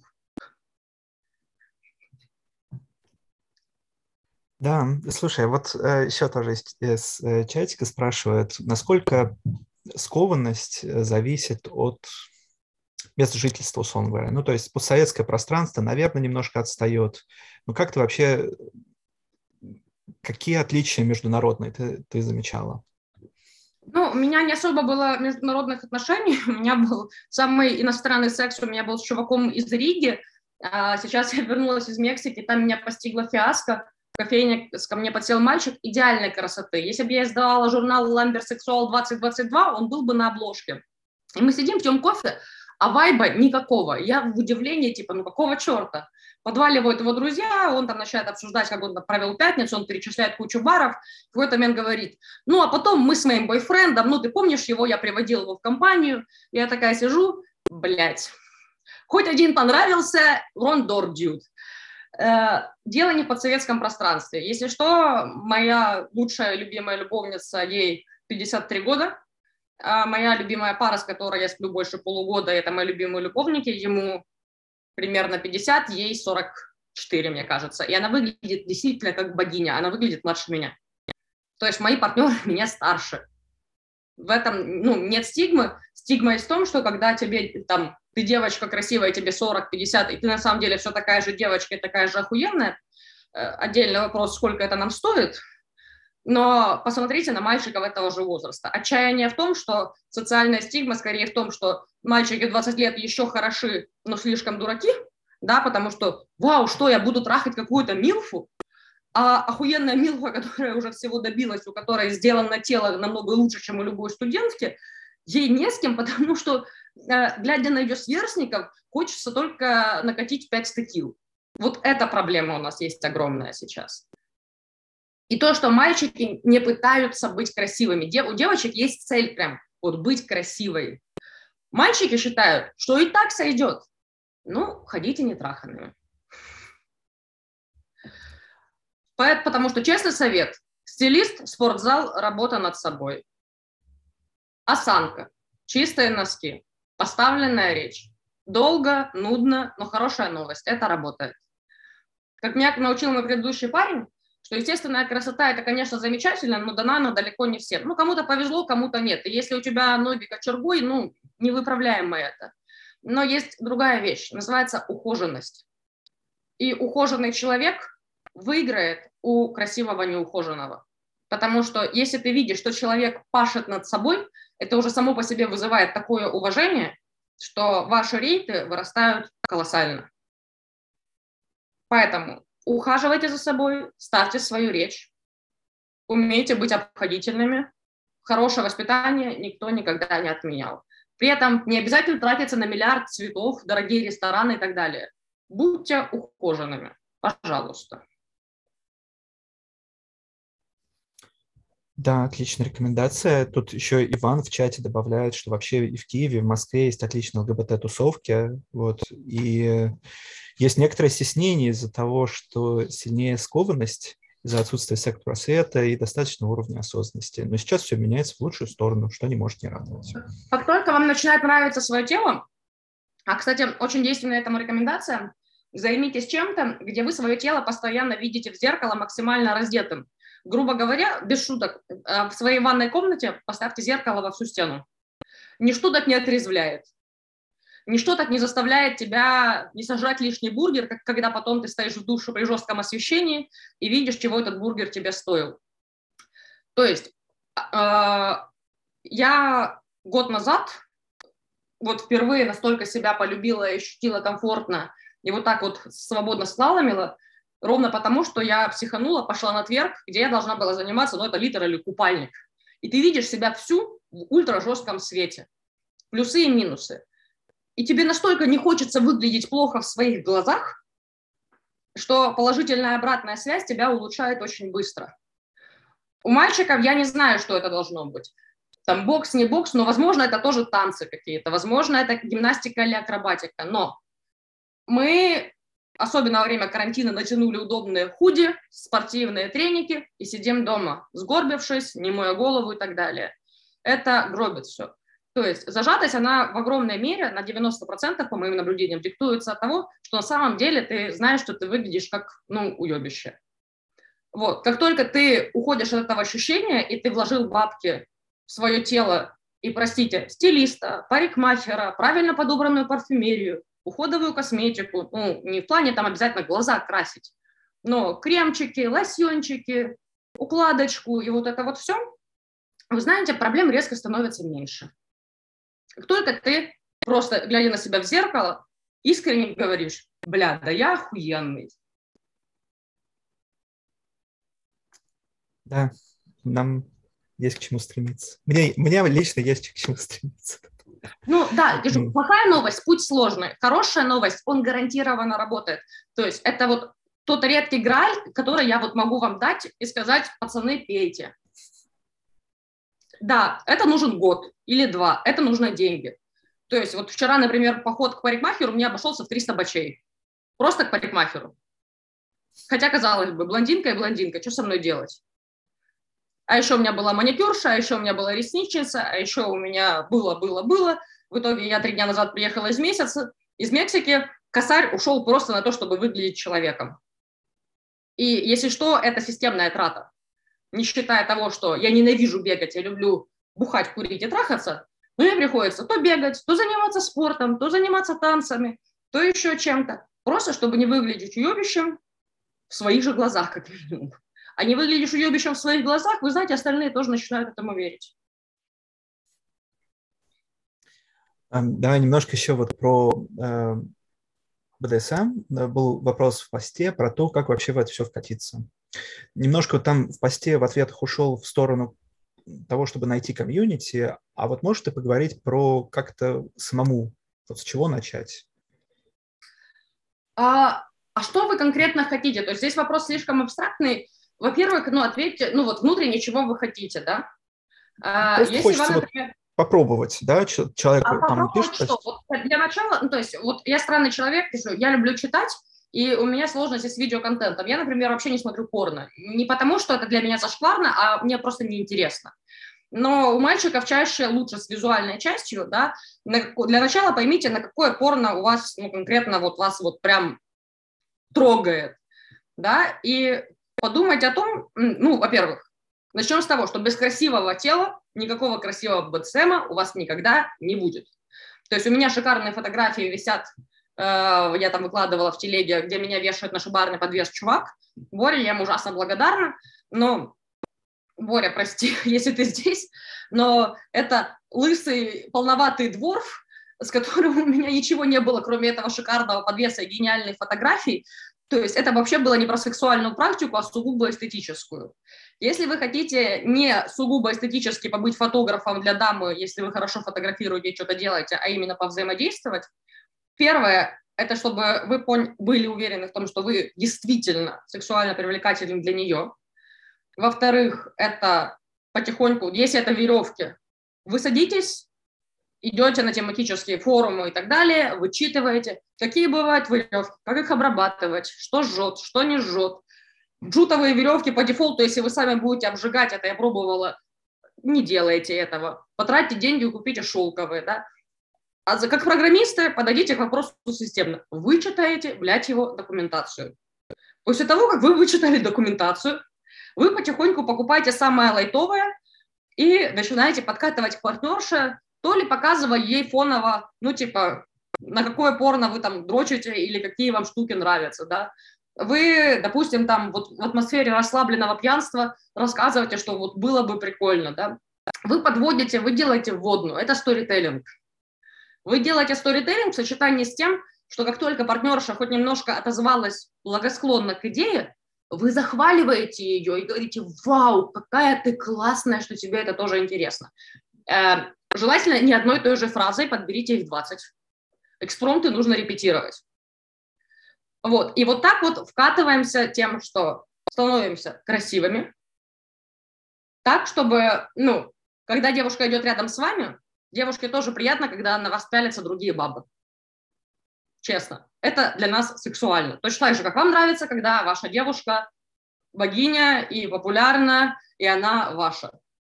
Да, слушай, вот э, еще тоже из, из э, чатика спрашивают, насколько скованность зависит от места жительства, условно говоря. Ну, то есть постсоветское пространство, наверное, немножко отстает. Но как ты вообще, какие отличия международные ты, ты замечала? Ну, у меня не особо было международных отношений. У меня был самый иностранный секс, у меня был с чуваком из Риги. А сейчас я вернулась из Мексики, там меня постигла фиаско. В кофейне ко мне подсел мальчик идеальной красоты. Если бы я издавала журнал Lamber Sexual двадцать двадцать два, он был бы на обложке. И мы сидим, пьем кофе, а вайба никакого. Я в удивлении, типа, ну какого черта? Подваливают его друзья, он там начинает обсуждать, как он провел пятницу, он перечисляет кучу баров, в какой-то момент говорит, ну а потом мы с моим бойфрендом, ну ты помнишь его, я приводил его в компанию, я такая сижу, блядь, хоть один понравился, Рон Дор, дюд. Дело не в подсоветском пространстве. Если что, моя лучшая любимая любовница, ей пятьдесят три года, а моя любимая пара, с которой я сплю больше полугода, это мои любимые любовники, ему примерно пятьдесят, ей сорок четыре, мне кажется. И она выглядит действительно как богиня, она выглядит младше меня. То есть мои партнеры меня старше. В этом, ну, нет стигмы. Стигма есть в том, что когда тебе, там, ты девочка красивая, тебе сорок, пятьдесят, и ты на самом деле все такая же девочка и такая же охуенная, отдельный вопрос, сколько это нам стоит, но посмотрите на мальчиков этого же возраста. Отчаяние в том, что социальная стигма скорее в том, что мальчики в двадцать лет еще хороши, но слишком дураки, да, потому что, вау, что, я буду трахать какую-то милфу, а охуенная милфа, которая уже всего добилась, у которой сделано тело намного лучше, чем у любой студентки, ей не с кем, потому что, глядя на ее сверстников, хочется только накатить пять статил. Вот эта проблема у нас есть огромная сейчас. И то, что мальчики не пытаются быть красивыми. У девочек есть цель прям, вот быть красивой. Мальчики считают, что и так сойдет. Ну, ходите нетраханными. Потому что, честный совет, стилист, спортзал, работа над собой. Осанка, чистые носки, поставленная речь. Долго, нудно, но хорошая новость. Это работает. Как меня научил мой предыдущий парень, что естественная красота – это, конечно, замечательно, но дана она далеко не всем. Ну, кому-то повезло, кому-то нет. И если у тебя ноги кочергой, ну, невыправляемо это. Но есть другая вещь, называется ухоженность. И ухоженный человек выиграет у красивого неухоженного. Потому что если ты видишь, что человек пашет над собой, это уже само по себе вызывает такое уважение, что ваши рейты вырастают колоссально. Поэтому ухаживайте за собой, ставьте свою речь, умейте быть обходительными. Хорошее воспитание никто никогда не отменял. При этом не обязательно тратиться на миллиард цветов, дорогие рестораны и так далее. Будьте ухоженными, пожалуйста. Да, отличная рекомендация. Тут еще Иван в чате добавляет, что вообще и в Киеве, и в Москве есть отличные ЛГБТ-тусовки. Вот, и есть некоторое стеснение из-за того, что сильнее скованность из-за отсутствия секс-просвета и достаточного уровня осознанности. Но сейчас все меняется в лучшую сторону, что не может не радовать. Как только вам начинает нравиться свое тело, а, кстати, очень действенная этому рекомендация, займитесь чем-то, где вы свое тело постоянно видите в зеркало максимально раздетым. Грубо говоря, без шуток, в своей ванной комнате поставьте зеркало во всю стену. Ничто так не отрезвляет. Ничто так не заставляет тебя не сожрать лишний бургер, как когда потом ты стоишь в душе при жестком освещении и видишь, чего этот бургер тебе стоил. То есть э, я год назад вот впервые настолько себя полюбила и ощутила комфортно, и вот так вот свободно слаломила, ровно потому, что я психанула, пошла на тверк, где я должна была заниматься, ну это литерально купальник. И ты видишь себя всю в ультражестком свете. Плюсы и минусы. И тебе настолько не хочется выглядеть плохо в своих глазах, что положительная обратная связь тебя улучшает очень быстро. У мальчиков я не знаю, что это должно быть. Там бокс, не бокс, но, возможно, это тоже танцы какие-то. Возможно, это гимнастика или акробатика. Но мы, особенно во время карантина, натянули удобные худи, спортивные треники и сидим дома, сгорбившись, не моя голову и так далее. Это гробит все. То есть зажатость, она в огромной мере, на девяносто процентов, по моим наблюдениям, диктуется от того, что на самом деле ты знаешь, что ты выглядишь как, ну, уебище. Вот. Как только ты уходишь от этого ощущения, и ты вложил бабки в свое тело, и, простите, стилиста, парикмахера, правильно подобранную парфюмерию, уходовую косметику, ну, не в плане там обязательно глаза красить, но кремчики, лосьончики, укладочку и вот это вот все, вы знаете, проблем резко становится меньше. Как только ты, просто глядя на себя в зеркало, искренне говоришь: бля, да я охуенный. Да, нам есть к чему стремиться. Мне, мне лично есть к чему стремиться. Ну да, mm. плохая новость, путь сложный. Хорошая новость, он гарантированно работает. То есть это вот тот редкий грааль, который я вот могу вам дать и сказать: пацаны, пейте. Да, это нужен год или два, это нужно деньги. То есть вот вчера, например, поход к парикмахеру мне обошелся в триста бачей. Просто к парикмахеру. Хотя, казалось бы, блондинка и блондинка, что со мной делать? А еще у меня была маникюрша, а еще у меня была ресничница, а еще у меня было-было-было. В итоге я три дня назад приехала из месяца, из Мексики. Косарь ушел просто на то, чтобы выглядеть человеком. И если что, это системная трата. Не считая того, что я ненавижу бегать, я люблю бухать, курить и трахаться, но мне приходится то бегать, то заниматься спортом, то заниматься танцами, то еще чем-то. Просто, чтобы не выглядеть уебищем, в своих же глазах, как минимум. А не выглядишь уебищем в своих глазах, вы знаете, остальные тоже начинают этому верить. Давай немножко еще вот про э, бэ дэ эс эм. Был вопрос в посте про то, как вообще в это все вкатиться. Немножко там в посте в ответах ушел в сторону того, чтобы найти комьюнити, а вот можешь ты поговорить про как-то самому, вот с чего начать? А, а что вы конкретно хотите? То есть здесь вопрос слишком абстрактный. Во-первых, ну, ответьте, ну, вот внутренне, чего вы хотите, да? А, Просто если хочется вам, вот например... попробовать, да, человек А там попробовать пишет. что? Вот для начала, ну, то есть вот я странный человек, пишу, я люблю читать, и у меня сложности с видеоконтентом. Я, например, вообще не смотрю порно. Не потому, что это для меня зашкварно, а мне просто неинтересно. Но у мальчиков чаще лучше с визуальной частью, да. Для начала поймите, на какое порно у вас, ну, конкретно вот вас вот прям трогает, да, и подумать о том, ну, во-первых, начнем с того, что без красивого тела никакого красивого бэ дэ эс эма у вас никогда не будет. То есть у меня шикарные фотографии висят, э, я там выкладывала в телеге, где меня вешает на шибарный подвес чувак. Боря, я ему ужасно благодарна, но, Боря, прости, если ты здесь, но это лысый, полноватый дворф, с которым у меня ничего не было, кроме этого шикарного подвеса и гениальных фотографий. То есть это вообще было не про сексуальную практику, а сугубо эстетическую. Если вы хотите не сугубо эстетически побыть фотографом для дамы, если вы хорошо фотографируете и что-то делаете, а именно повзаимодействовать, первое, это чтобы вы были уверены в том, что вы действительно сексуально привлекательны для нее. Во-вторых, это потихоньку, если это веревки, вы садитесь, идете на тематические форумы и так далее, вычитываете, какие бывают веревки, как их обрабатывать, что жжет, что не жжет. Джутовые веревки по дефолту, если вы сами будете обжигать, это я пробовала, не делайте этого. Потратьте деньги и купите шелковые, да. А за, как программисты подойдите к вопросу системно. Вы читаете, блядь, его документацию. После того, как вы вычитали документацию, вы потихоньку покупаете самое лайтовое и начинаете подкатывать к партнерше, то ли показывая ей фоново, ну, типа, на какое порно вы там дрочите или какие вам штуки нравятся, да. Вы, допустим, там вот в атмосфере расслабленного пьянства рассказываете, что вот было бы прикольно, да. Вы подводите, вы делаете вводную, это сторителлинг. Вы делаете сторителлинг в сочетании с тем, что как только партнерша хоть немножко отозвалась благосклонно к идее, вы захваливаете ее и говорите: вау, какая ты классная, что тебе это тоже интересно. Э, желательно не одной и той же фразой, подберите их двадцать. Экспромты нужно репетировать. Вот. И вот так вот вкатываемся тем, что становимся красивыми, так, чтобы, ну, когда девушка идет рядом с вами, девушке тоже приятно, когда на вас пялятся другие бабы. Честно. Это для нас сексуально. Точно так же, как вам нравится, когда ваша девушка богиня и популярна, и она ваша.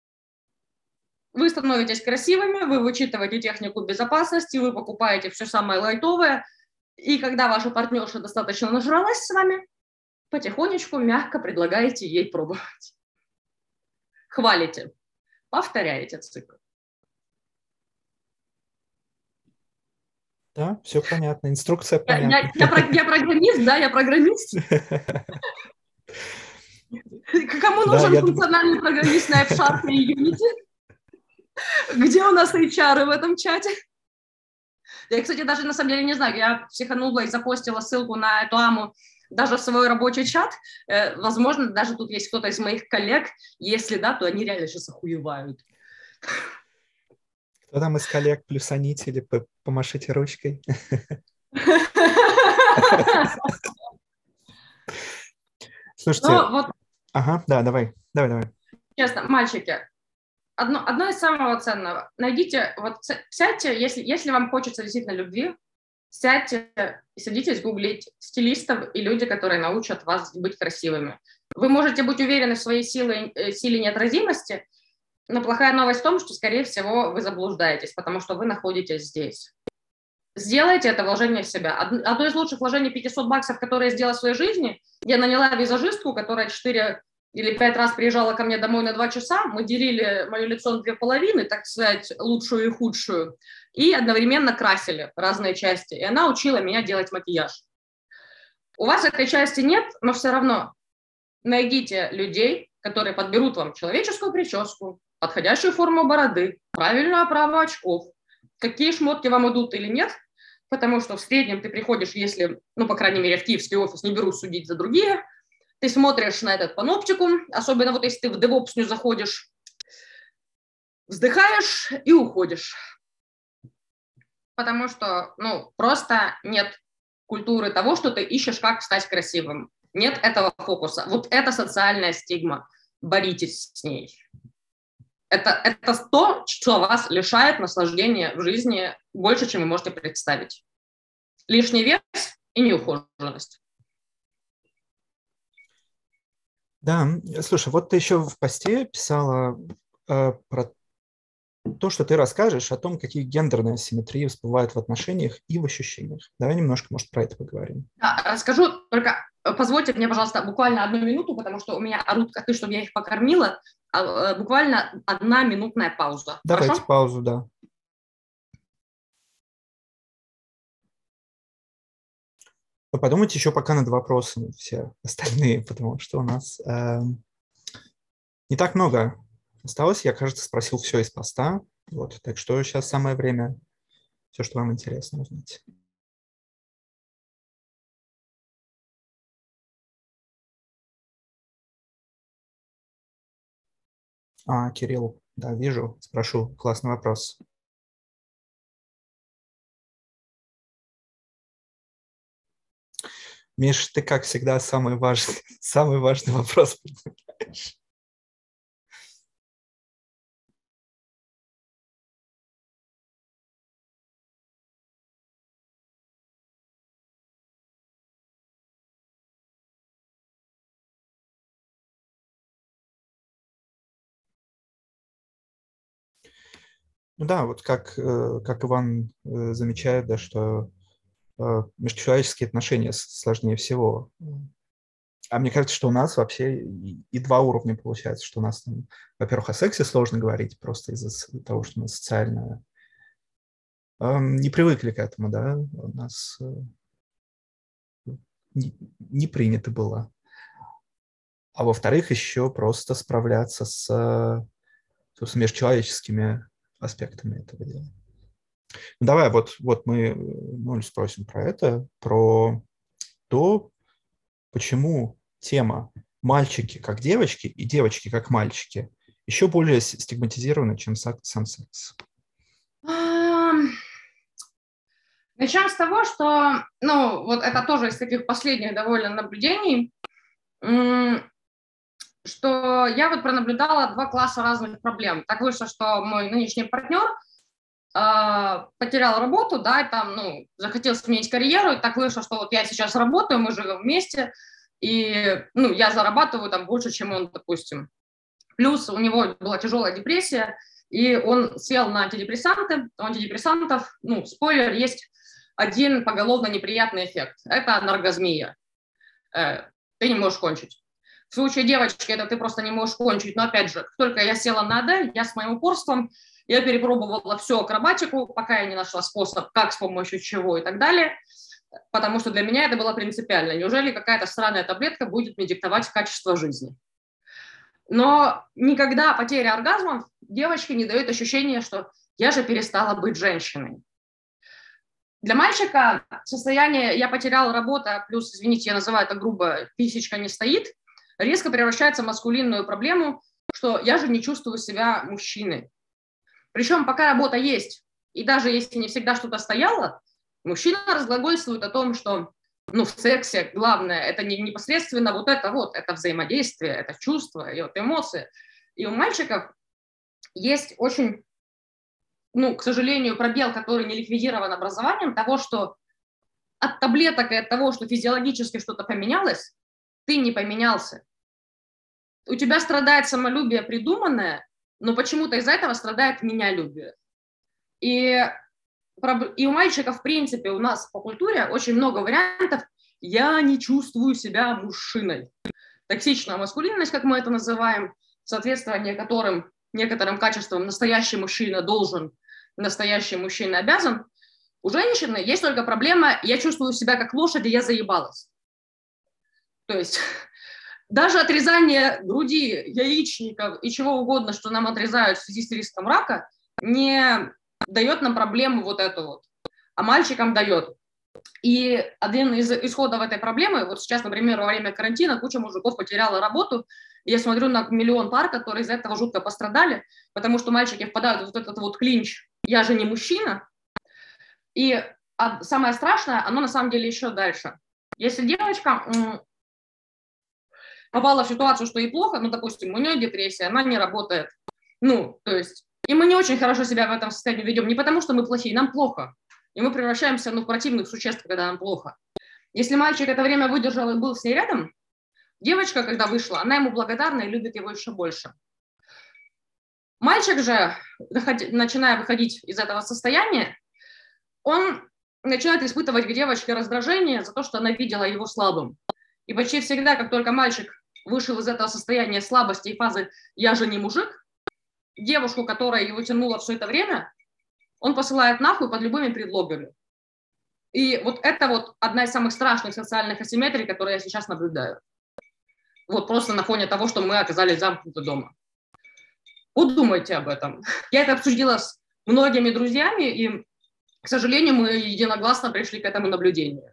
Вы становитесь красивыми, вы вычитываете технику безопасности, вы покупаете все самое лайтовое, и когда ваша партнерша достаточно нажралась с вами, потихонечку, мягко предлагаете ей пробовать. Хвалите, повторяете цикл. Да, все понятно, инструкция понятна. Я, я, я, я программист, да, я программист. Кому нужен да, функциональный думаю... программист на F-Sharp и Unity? Где у нас эйч ар в этом чате? Я, кстати, даже на самом деле не знаю, я психанула и запостила ссылку на эту аму даже в свой рабочий чат. Возможно, даже тут есть кто-то из моих коллег. Если да, то они реально сейчас охуевают. Кто там из коллег? Плюсаните или помашите ручкой. Слушайте, ну, вот, ага, да, давай, давай, давай. Честно, мальчики, одно, одно из самого ценного. Найдите, вот сядьте, если, если вам хочется действительно любви, сядьте и садитесь гуглить стилистов и люди, которые научат вас быть красивыми. Вы можете быть уверены в своей силе, силе неотразимости, но плохая новость в том, что, скорее всего, вы заблуждаетесь, потому что вы находитесь здесь. Сделайте это вложение в себя. Одно из лучших вложений пятьсот баксов, которые я сделала в своей жизни, я наняла визажистку, которая четыре или пять раз приезжала ко мне домой на два часа, мы делили мое лицо на две половины, так сказать, лучшую и худшую, и одновременно красили разные части. И она учила меня делать макияж. У вас этой части нет, но все равно найдите людей, которые подберут вам человеческую прическу, подходящую форму бороды, правильную оправу очков, какие шмотки вам идут или нет, потому что в среднем ты приходишь, если, ну, по крайней мере, в киевский офис, не берусь судить за другие, ты смотришь на этот паноптикум, особенно вот если ты в DevOps заходишь, вздыхаешь и уходишь. Потому что, ну, просто нет культуры того, что ты ищешь, как стать красивым. Нет этого фокуса. Вот это социальная стигма. Боритесь с ней. Это, это то, что вас лишает наслаждения в жизни больше, чем вы можете представить. Лишний вес и неухоженность. Да, слушай, вот ты еще в посте писала э, про то, что ты расскажешь о том, какие гендерные асимметрии всплывают в отношениях и в ощущениях. Давай немножко, может, про это поговорим. Да, расскажу, только позвольте мне, пожалуйста, буквально одну минуту, потому что у меня орут коты, чтобы я их покормила. А, буквально одна минутная пауза. Давайте Хорошо? паузу, да. Подумайте еще пока над вопросами все остальные, потому что у нас э, не так много осталось. Я, кажется, спросил все из поста. Вот, так что сейчас самое время все, что вам интересно узнать. А, Кирилл, да, вижу, спрошу. Классный вопрос. Миш, ты, как всегда, самый важный, самый важный вопрос предлагаешь. Ну да, вот как, как Иван замечает, да, что межчеловеческие отношения сложнее всего. А мне кажется, что у нас вообще и, и два уровня получается, что у нас, там, во-первых, о сексе сложно говорить просто из-за того, что мы социально э, не привыкли к этому, да, у нас э, не, не принято было. А во-вторых, еще просто справляться с, с межчеловеческими аспектами этого дела. Ну, давай, вот, вот мы ну, спросим про это, про то, почему тема мальчики как девочки и девочки как мальчики еще более стигматизированы, чем сам секс. Начнем с того, что, ну, вот это тоже из таких последних довольно наблюдений, что я вот пронаблюдала два класса разных проблем. Так вышло, что мой нынешний партнер э, потерял работу, да, и там, ну, захотел сменить карьеру, и так вышло, что вот я сейчас работаю, мы живем вместе, и, ну, я зарабатываю там больше, чем он, допустим. Плюс у него была тяжелая депрессия, и он сел на антидепрессанты. У антидепрессантов, ну, спойлер, есть один поголовно неприятный эффект. Это аноргазмия. Э, ты не можешь кончить. В случае девочки это ты просто не можешь кончить. Но опять же, только я села на АД, я с моим упорством, я перепробовала всю акробатику, пока я не нашла способ, как, с помощью чего и так далее. Потому что для меня это было принципиально. Неужели какая-то странная таблетка будет мне диктовать качество жизни? Но никогда потеря оргазмов девочке не дает ощущения, что я же перестала быть женщиной. Для мальчика состояние «я потерял работу», плюс, извините, я называю это грубо, писечка не стоит, резко превращается в маскулинную проблему, что я же не чувствую себя мужчиной. Причем пока работа есть, и даже если не всегда что-то стояло, мужчина разглагольствует о том, что ну, в сексе главное это не непосредственно вот это вот, это взаимодействие, это чувство, и вот эмоции. И у мальчиков есть очень, ну, к сожалению, пробел, который не ликвидирован образованием, того, что от таблеток и от того, что физиологически что-то поменялось, ты не поменялся. У тебя страдает самолюбие придуманное, но почему-то из-за этого страдает менялюбие. И, и у мальчиков, в принципе, у нас по культуре очень много вариантов «я не чувствую себя мужчиной». Токсичная маскулинность, как мы это называем, соответствие которым некоторым качествам настоящий мужчина должен, настоящий мужчина обязан. У женщины есть только проблема «я чувствую себя как лошадь, и я заебалась». То есть даже отрезание груди, яичников и чего угодно, что нам отрезают в связи с риском рака, не дает нам проблему вот эту вот, а мальчикам дает. И один из исходов этой проблемы, вот сейчас, например, во время карантина куча мужиков потеряла работу, и я смотрю на миллион пар, которые из-за этого жутко пострадали, потому что мальчики впадают в вот этот вот клинч «я же не мужчина». И самое страшное, оно на самом деле еще дальше. Если девочка попала в ситуацию, что ей плохо, ну, допустим, у нее депрессия, она не работает, ну, то есть, и мы не очень хорошо себя в этом состоянии ведем, не потому что мы плохие, нам плохо. И мы превращаемся ну, в противных существ, когда нам плохо. Если мальчик это время выдержал и был с ней рядом, девочка, когда вышла, она ему благодарна и любит его еще больше. Мальчик же, начиная выходить из этого состояния, он начинает испытывать к девочке раздражение за то, что она видела его слабым. И почти всегда, как только мальчик вышел из этого состояния слабости и фазы «я же не мужик», девушку, которая его тянула все это время, он посылает нахуй под любыми предлогами. И вот это вот одна из самых страшных социальных асимметрий, которые я сейчас наблюдаю. Вот просто на фоне того, что мы оказались замкнуты дома. Подумайте об этом. Я это обсудила с многими друзьями, и, к сожалению, мы единогласно пришли к этому наблюдению.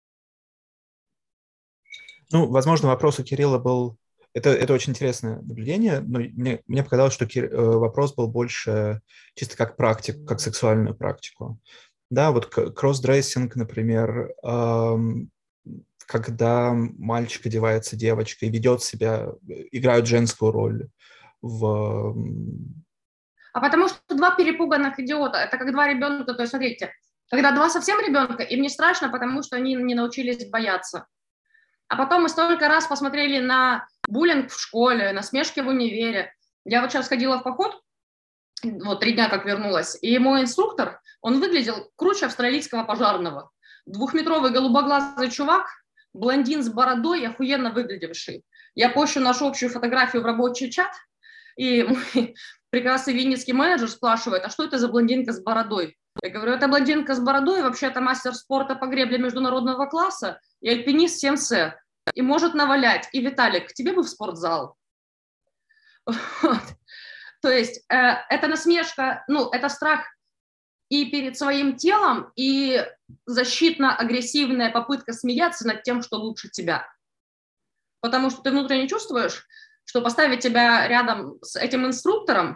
Ну, возможно, вопрос у Кирилла был... Это, это очень интересное наблюдение, но мне, мне показалось, что Кир... вопрос был больше чисто как практику, как сексуальную практику. Да, вот кроссдрессинг, например, эм, когда мальчик одевается девочкой, ведет себя, играют женскую роль в... А потому что два перепуганных идиота, это как два ребенка, то есть смотрите, когда два совсем ребенка, им не страшно, потому что они не научились бояться. А потом мы столько раз посмотрели на буллинг в школе, насмешки в универе. Я вот сейчас ходила в поход, вот три дня как вернулась, и мой инструктор, он выглядел круче австралийского пожарного. Двухметровый голубоглазый чувак, блондин с бородой, охуенно выглядевший. Я пощу нашу общую фотографию в рабочий чат, и мой прекрасный винницкий менеджер спрашивает, а что это за блондинка с бородой? Я говорю, это блондинка с бородой, вообще-то мастер спорта по гребле международного класса и альпинист Сенсе. И может навалять. И, Виталик, к тебе бы в спортзал. Вот. То есть э, это насмешка, ну, это страх и перед своим телом, и защитно-агрессивная попытка смеяться над тем, что лучше тебя. Потому что ты внутренне чувствуешь, что поставить тебя рядом с этим инструктором,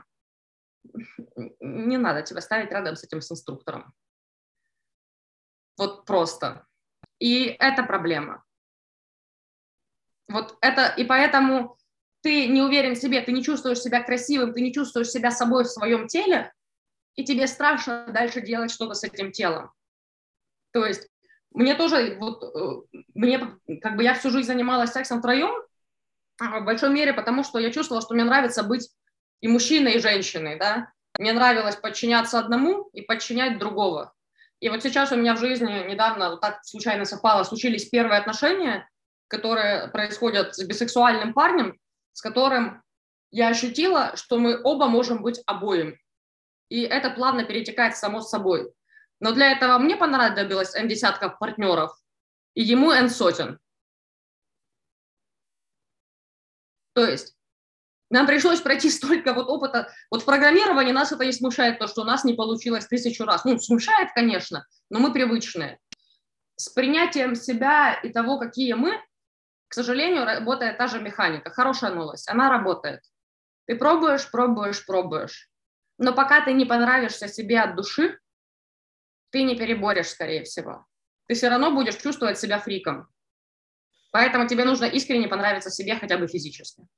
не надо тебя ставить рядом с этим с инструктором. Вот просто. И это проблема. Вот это, и поэтому ты не уверен в себе, ты не чувствуешь себя красивым, ты не чувствуешь себя собой в своем теле, и тебе страшно дальше делать что-то с этим телом. То есть мне тоже, вот, мне, как бы я всю жизнь занималась сексом втроем, в большой мере, потому что я чувствовала, что мне нравится быть и мужчиной, и женщиной, да. Мне нравилось подчиняться одному и подчинять другого. И вот сейчас у меня в жизни недавно, вот так случайно совпало, случились первые отношения, которые происходят с бисексуальным парнем, с которым я ощутила, что мы оба можем быть обоим. И это плавно перетекает само собой. Но для этого мне понадобилось N десятков партнеров, и ему N сотен. То есть нам пришлось пройти столько вот опыта. Вот в программировании нас это не смущает, то, что у нас не получилось тысячу раз. Ну, смущает, конечно, но мы привычные. С принятием себя и того, какие мы, к сожалению, работает та же механика. Хорошая новость, она работает. Ты пробуешь, пробуешь, пробуешь. Но пока ты не понравишься себе от души, ты не переборешь, скорее всего. Ты все равно будешь чувствовать себя фриком. Поэтому тебе нужно искренне понравиться себе хотя бы физически.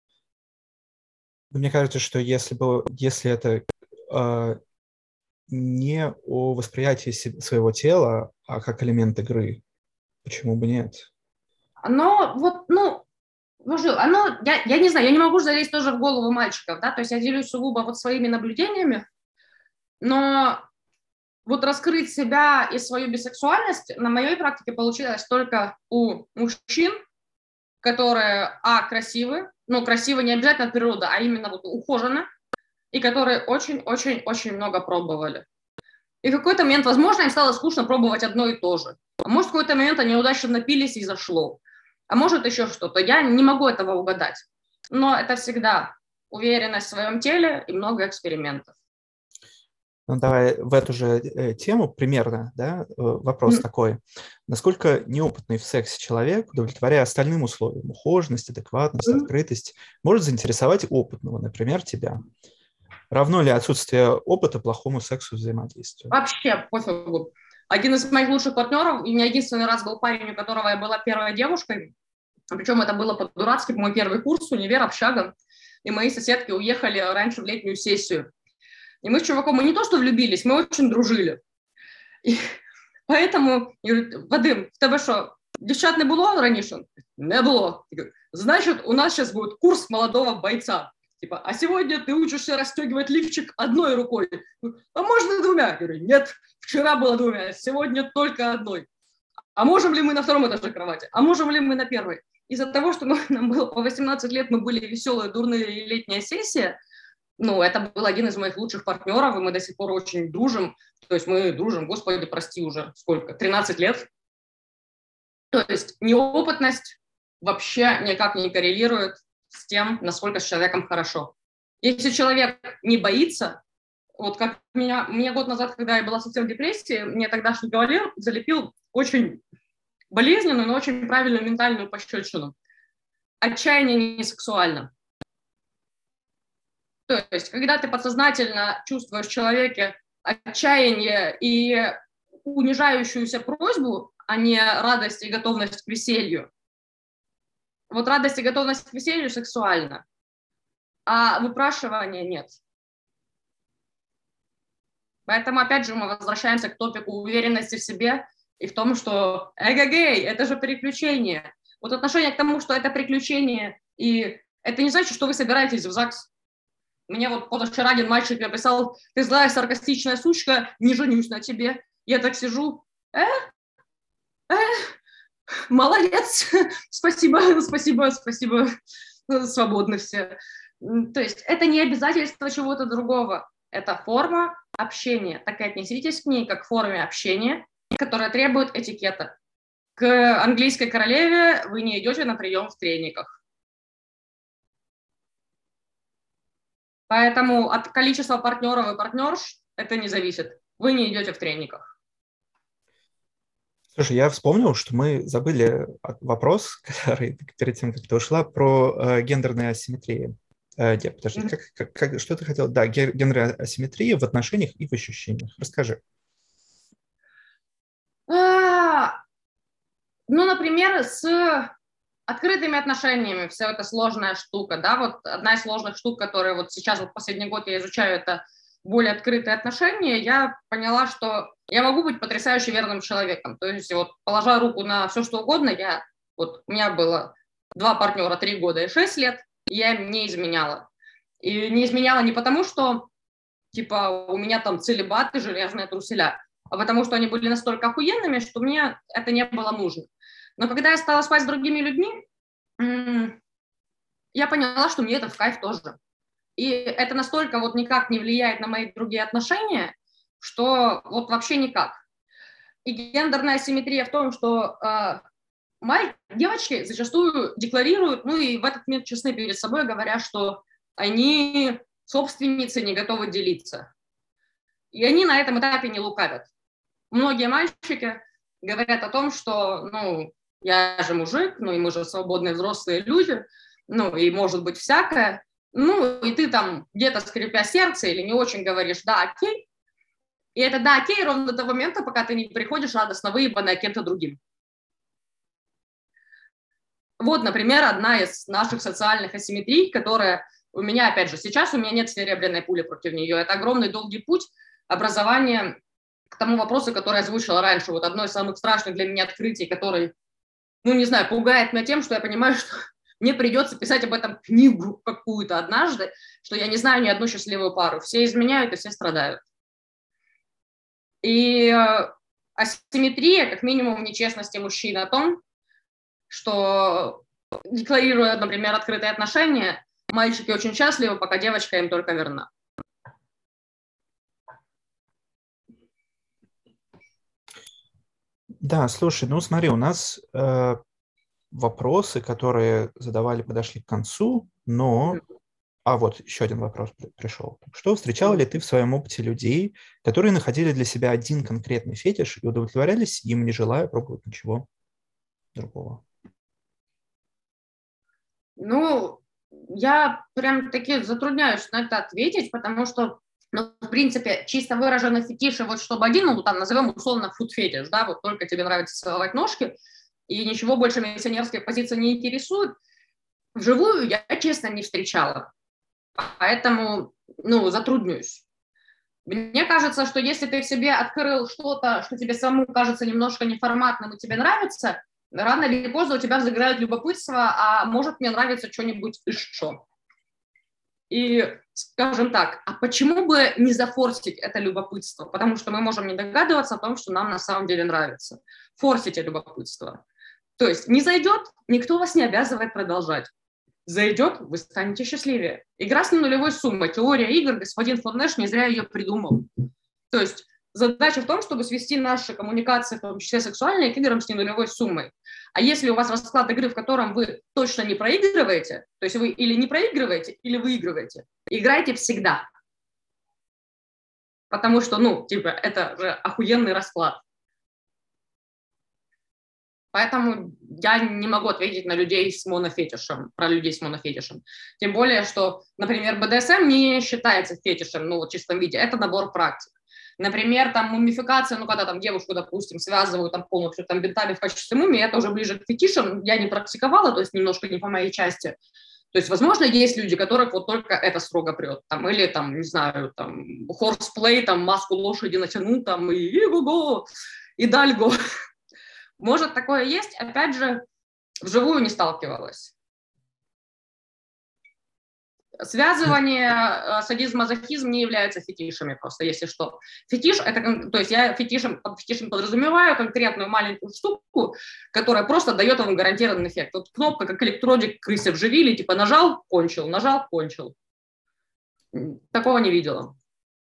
Мне кажется, что если, бы, если это э, не о восприятии своего тела, а как элемент игры, почему бы нет? Оно вот, ну, оно, я, я не знаю, я не могу залезть тоже в голову мальчиков, да, то есть я делюсь сугубо вот своими наблюдениями, но вот раскрыть себя и свою бисексуальность на моей практике получилось только у мужчин, которые, а, красивы, ну, красивы не обязательно от природы, а именно вот ухожены, и которые очень-очень-очень много пробовали. И в какой-то момент, возможно, им стало скучно пробовать одно и то же. А может, в какой-то момент они удачно напились и зашло. а может еще что-то. Я не могу этого угадать. Но это всегда уверенность в своем теле и много экспериментов. Ну, давай в эту же э, тему примерно, да, э, вопрос mm. такой. Насколько неопытный в сексе человек, удовлетворяя остальным условиям, ухоженность, адекватность, mm. открытость, может заинтересовать опытного, например, тебя? Равно ли отсутствие опыта плохому сексу взаимодействию? Вообще пофигу. Один из моих лучших партнеров, у меня единственный раз был парень, у которого я была первой девушкой, причем это было по-дурацки, мой первый курс, универ, общага, и мои соседки уехали раньше в летнюю сессию. И мы с чуваком, мы не то что влюбились, мы очень дружили. І поэтому, я говорю, Вадим, в тебе що, дівчат не було раніше? Не було. Я говорю, значит, у нас сейчас будет курс молодого бойца. Типа, а сегодня ты учишься расстегивать лифчик одной рукой. А можно двумя? Я говорю, нет, вчера было двумя, сегодня только одной. А можем ли мы на втором этаже кровати? А можем ли мы на первой? Из-за того, что мы, нам было по восемнадцать лет, мы были веселые, дурные, летняя сессия, ну, это был один из моих лучших партнеров, и мы до сих пор очень дружим. То есть мы дружим, господи, прости, уже сколько, тринадцать лет. То есть неопытность вообще никак не коррелирует с тем, насколько с человеком хорошо. Если человек не боится, вот как меня, мне год назад, когда я была совсем в депрессии, мне тогдашний кавалер залепил очень болезненную, но очень правильную ментальную пощечину. Отчаяние не сексуально. То есть, когда ты подсознательно чувствуешь в человеке отчаяние и унижающуюся просьбу, а не радость и готовность к веселью. Вот радость и готовность к веселью сексуально, а выпрашивания нет. Поэтому, опять же, мы возвращаемся к топику уверенности в себе и в том, что эгегей, это же приключение. Вот отношение к тому, что это приключение, и это не значит, что вы собираетесь в ЗАГС. Мне вот позавчера один мальчик написал, ты злая саркастичная сучка, не женюсь на тебе. Я так сижу, э, э, молодец, спасибо, спасибо, спасибо, свободны все. То есть это не обязательство чего-то другого, это форма общения. Так и отнеситесь к ней как к форме общения, которая требует этикета. К английской королеве вы не идете на прием в трениках. Поэтому от количества партнеров и партнерш это не зависит. Вы не идете в трениках. Слушай, я вспомнил, что мы забыли вопрос, который перед тем, как ты ушла, про э, гендерные асимметрии. Э, нет, подожди, mm-hmm. как, как, как, что ты хотел? Да, гендерные асимметрии в отношениях и в ощущениях. Расскажи. А, ну, например, с открытыми отношениями вся эта сложная штука, да, вот одна из сложных штук, которые вот сейчас, вот последний год я изучаю, это более открытые отношения, я поняла, что я могу быть потрясающе верным человеком, то есть вот положа руку на все, что угодно, я, вот у меня было два партнера, три года и шесть лет, и я им не изменяла. И не изменяла не потому, что, типа, у меня там целибат и железные труселя, а потому что они были настолько охуенными, что мне это не было нужно. Но когда я стала спать с другими людьми, я поняла, что мне это в кайф тоже. И это настолько вот никак не влияет на мои другие отношения, что вот вообще никак. И гендерная асимметрия в том, что э, мои девочки зачастую декларируют, ну и в этот момент честны перед собой, говоря, что они собственницы, не готовы делиться. И они на этом этапе не лукавят. Многие мальчики говорят о том, что, ну, я же мужик, ну и мы же свободные взрослые люди, ну и может быть всякое. Ну и ты там где-то скрипя сердце или не очень говоришь «да, окей». И это «да, окей» ровно до того момента, пока ты не приходишь радостно выебанная кем-то другим. Вот, например, одна из наших социальных асимметрий, которая у меня, опять же, сейчас у меня нет серебряной пули против нее. Это огромный долгий путь образования к тому вопросу, который я озвучила раньше. Вот одно из самых страшных для меня открытий, который, ну, не знаю, пугает меня тем, что я понимаю, что мне придется писать об этом книгу какую-то однажды, что я не знаю ни одну счастливую пару. Все изменяют и все страдают. И асимметрия, как минимум, в нечестности мужчин о том, что, декларируя, например, открытые отношения, мальчики очень счастливы, пока девочка им только верна. Да, слушай, ну смотри, у нас э, вопросы, которые задавали, подошли к концу, но... А вот еще один вопрос пришел. Что, встречал ли ты в своем опыте людей, которые находили для себя один конкретный фетиш и удовлетворялись им, не желая пробовать ничего другого? Ну, я прям таки затрудняюсь на это ответить, потому что, ну, в принципе, чисто выраженный фетиш, вот чтобы один, ну, там, назовем условно фуд-фетиш, да, вот только тебе нравится целовать ножки, и ничего больше миссионерской позиции не интересует, вживую я, честно, не встречала. Поэтому, ну, затруднюсь. Мне кажется, что если ты в себе открыл что-то, что тебе самому кажется немножко неформатным и тебе нравится, рано или поздно у тебя загорает любопытство, а может мне нравится что-нибудь еще. И, скажем так, а почему бы не зафорсить это любопытство? Потому что мы можем не догадываться о том, что нам на самом деле нравится. Форсите любопытство. То есть не зайдет, никто вас не обязывает продолжать. Зайдет, вы станете счастливее. Игра с нулевой суммой. Теория игр, господин фон Нэш не зря ее придумал. То есть задача в том, чтобы свести наши коммуникации, в том числе сексуальные, к играм с нулевой суммой. А если у вас расклад игры, в котором вы точно не проигрываете, то есть вы или не проигрываете, или выигрываете, играйте всегда. Потому что, ну, типа, это же охуенный расклад. Поэтому я не могу ответить на людей с монофетишем, про людей с монофетишем. Тем более, что, например, бэ дэ эс эм не считается фетишем, ну, в чистом виде, это набор практик. Например, там мумификация, ну, когда там девушку, допустим, связывают там полностью там бинтами в качестве мумии, это уже ближе к фетишам, я не практиковала, то есть немножко не по моей части. То есть, возможно, есть люди, которых вот только это строго прет, там, или там, не знаю, там, хорсплей, там, маску лошади натянут, там, и и-го-го, и дальго. Может, такое есть, опять же, вживую не сталкивалась. Связывание садизм-мазохизм не является фетишами просто, если что. Фетиш, это, то есть я фетишем, под фетишем подразумеваю конкретную маленькую штуку, которая просто дает вам гарантированный эффект. Вот кнопка, как электродик крысе вживили, типа нажал, кончил, нажал, кончил. Такого не видела.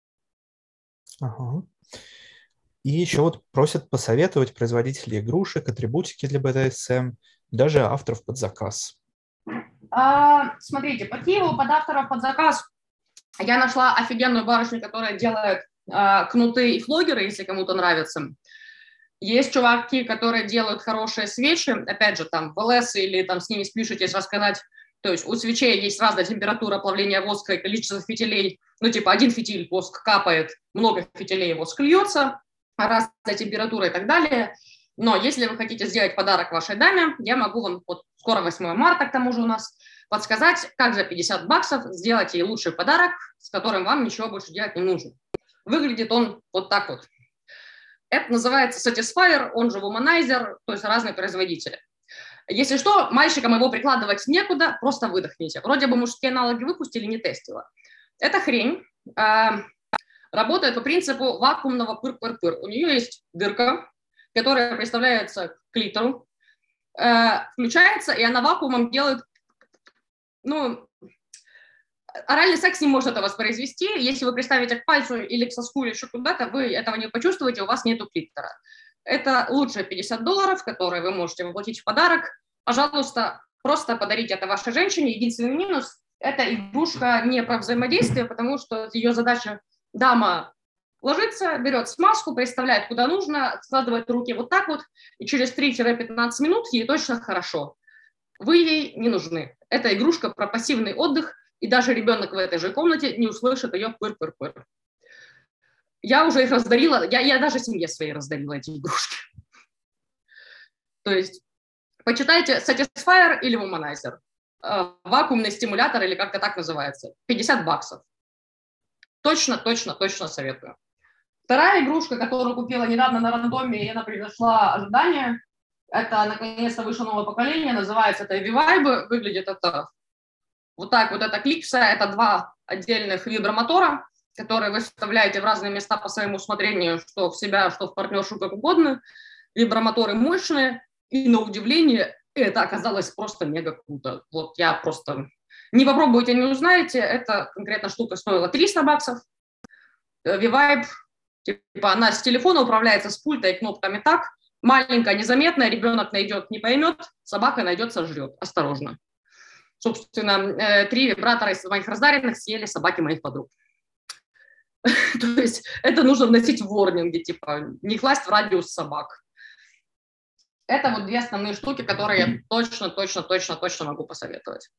Ага. И еще вот просят посоветовать производителей игрушек, атрибутики для бэ дэ эс эм, даже авторов под заказ. А, смотрите, по Киеву под авторов под заказ я нашла офигенную барышню, которая делает а, кнуты и флогеры, если кому-то нравится. Есть чуваки, которые делают хорошие свечи, опять же, там, в эл эс или там с ними спишитесь рассказать. То есть у свечей есть разная температура плавления воска и количество фитилей. Ну, типа, один фитиль воск капает, много фитилей воск льется, разная температура и так далее. Но если вы хотите сделать подарок вашей даме, я могу вам, вот скоро восьмое марта, к тому же у нас, подсказать, как за пятьдесят баксов сделать ей лучший подарок, с которым вам ничего больше делать не нужно. Выглядит он вот так вот. Это называется Satisfyer, он же Womanizer, то есть разные производители. Если что, мальчикам его прикладывать некуда, просто выдохните. Вроде бы мужские аналоги выпустили, не тестила. Эта хрень э, работает по принципу вакуумного пыр-пыр-пыр. У нее есть дырка, которая представляется клитору, э, включается, и она вакуумом делает, ну, оральный секс не может это воспроизвести. Если вы приставите к пальцу или к соску или еще куда-то, вы этого не почувствуете, у вас нету клитора. Это лучшие пятьдесят долларов, которые вы можете воплотить в подарок. Пожалуйста, просто подарите это вашей женщине. Единственный минус – это игрушка не про взаимодействие, потому что ее задача – дама ложится, берет смазку, представляет, куда нужно, складывает руки вот так вот, и через три-пятнадцать минут ей точно хорошо. Вы ей не нужны. Это игрушка про пассивный отдых, и даже ребенок в этой же комнате не услышит ее пыр-пыр-пыр. Я уже их раздарила, я, я даже семье своей раздарила эти игрушки. То есть почитайте Satisfyer или Womanizer. Э, вакуумный стимулятор или как-то так называется. пятьдесят баксов. Точно, точно, точно советую. Вторая игрушка, которую купила недавно на рандоме, и она превзошла ожидания, это наконец-то вышло новое поколение, называется это V-Vibe, выглядит это вот так вот, это клипса, это два отдельных вибромотора, которые вы вставляете в разные места по своему усмотрению, что в себя, что в партнершу, как угодно. Вибромоторы мощные, и на удивление это оказалось просто мега круто. Вот я просто... Не попробуйте, не узнаете. Эта конкретно штука стоила триста баксов. V-Vibe, типа она с телефона управляется, с пульта и кнопками так. маленькая, незаметная, ребенок найдет, не поймет, собака найдет, сожрет. Осторожно. Собственно, три вибратора из моих раздаренных съели собаки моих подруг. То есть это нужно вносить в ворнинги, типа не класть в радиус собак. Это вот две основные штуки, которые я точно, точно, точно, точно могу посоветовать.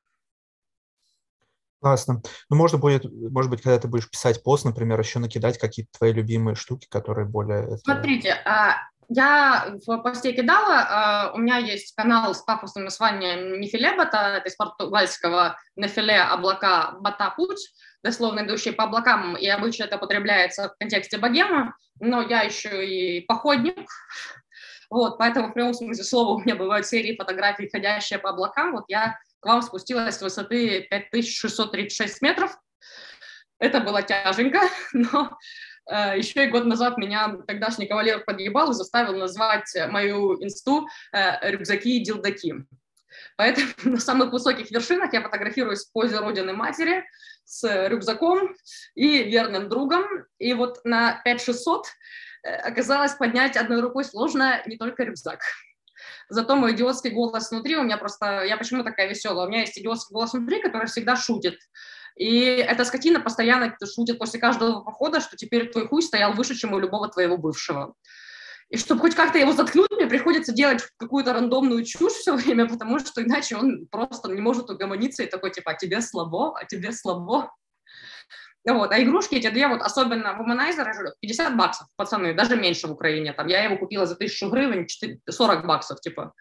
Классно. Ну, можно будет, может быть, когда ты будешь писать пост, например, еще накидать какие-то твои любимые штуки, которые более... Смотрите, я в посте кидала, у меня есть канал с пафосным названием «Нефиле бота», это из португальского «Нефиле облака бота путь», дословно идущие по облакам, и обычно это употребляется в контексте богемы, но я еще и походник, вот, поэтому в прямом смысле слова у меня бывают серии фотографий, ходящие по облакам, вот я к вам спустилась с высоты пять тысяч шестьсот тридцать шесть метров. Это было тяженько, но э, еще и год назад меня тогдашний кавалер подъебал и заставил назвать мою инсту э, «Рюкзаки и дилдаки». Поэтому на самых высоких вершинах я фотографируюсь в позе Родины Матери с рюкзаком и верным другом. И вот на пять тысяч шестьсот оказалось поднять одной рукой сложно не только рюкзак. Зато мой идиотский голос внутри, у меня просто, я почему такая веселая, у меня есть идиотский голос внутри, который всегда шутит. И эта скотина постоянно шутит после каждого похода, что теперь твой хуй стоял выше, чем у любого твоего бывшего. И чтобы хоть как-то его заткнуть, мне приходится делать какую-то рандомную чушь все время, потому что иначе он просто не может угомониться и такой, типа, а тебе слабо, а тебе слабо. Вот, а игрушки эти две, вот особенно Womanizer, пятьдесят баксов, пацаны, даже меньше в Украине. Там, я его купила за тысячу гривен, сорок баксов, типа.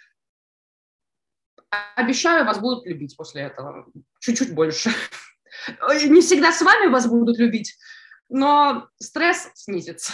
Обещаю, вас будут любить после этого. Чуть-чуть больше. Не всегда с вами вас будут любить, но стресс снизится.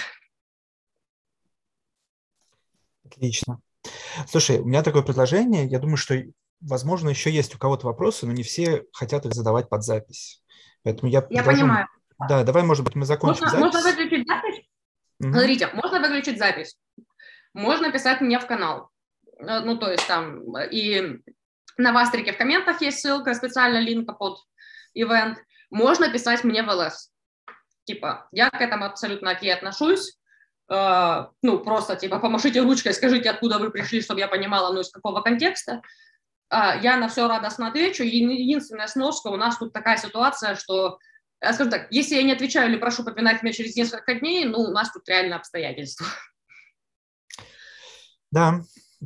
Отлично. Слушай, у меня такое предложение. Я думаю, что, возможно, еще есть у кого-то вопросы, но не все хотят их задавать под запись. Поэтому я, я предложу... понимаю. Да, давай, может быть, мы закончим можно, запись. Можно выключить запись? Mm-hmm. Смотрите, можно выключить запись. Можно писать мне в канал. Ну, то есть там и на Вастрике в комментах есть ссылка, специально линка под ивент. Можно писать мне в ЛС. Типа, я к этому абсолютно окей отношусь. Uh, ну, просто, типа, помашите ручкой, скажите, откуда вы пришли, чтобы я понимала, ну, из какого контекста. Uh, я на все радостно отвечу. И единственная сноска, у нас тут такая ситуация, что, скажем так, если я не отвечаю или прошу попинать меня через несколько дней, ну, у нас тут реально обстоятельства. Да.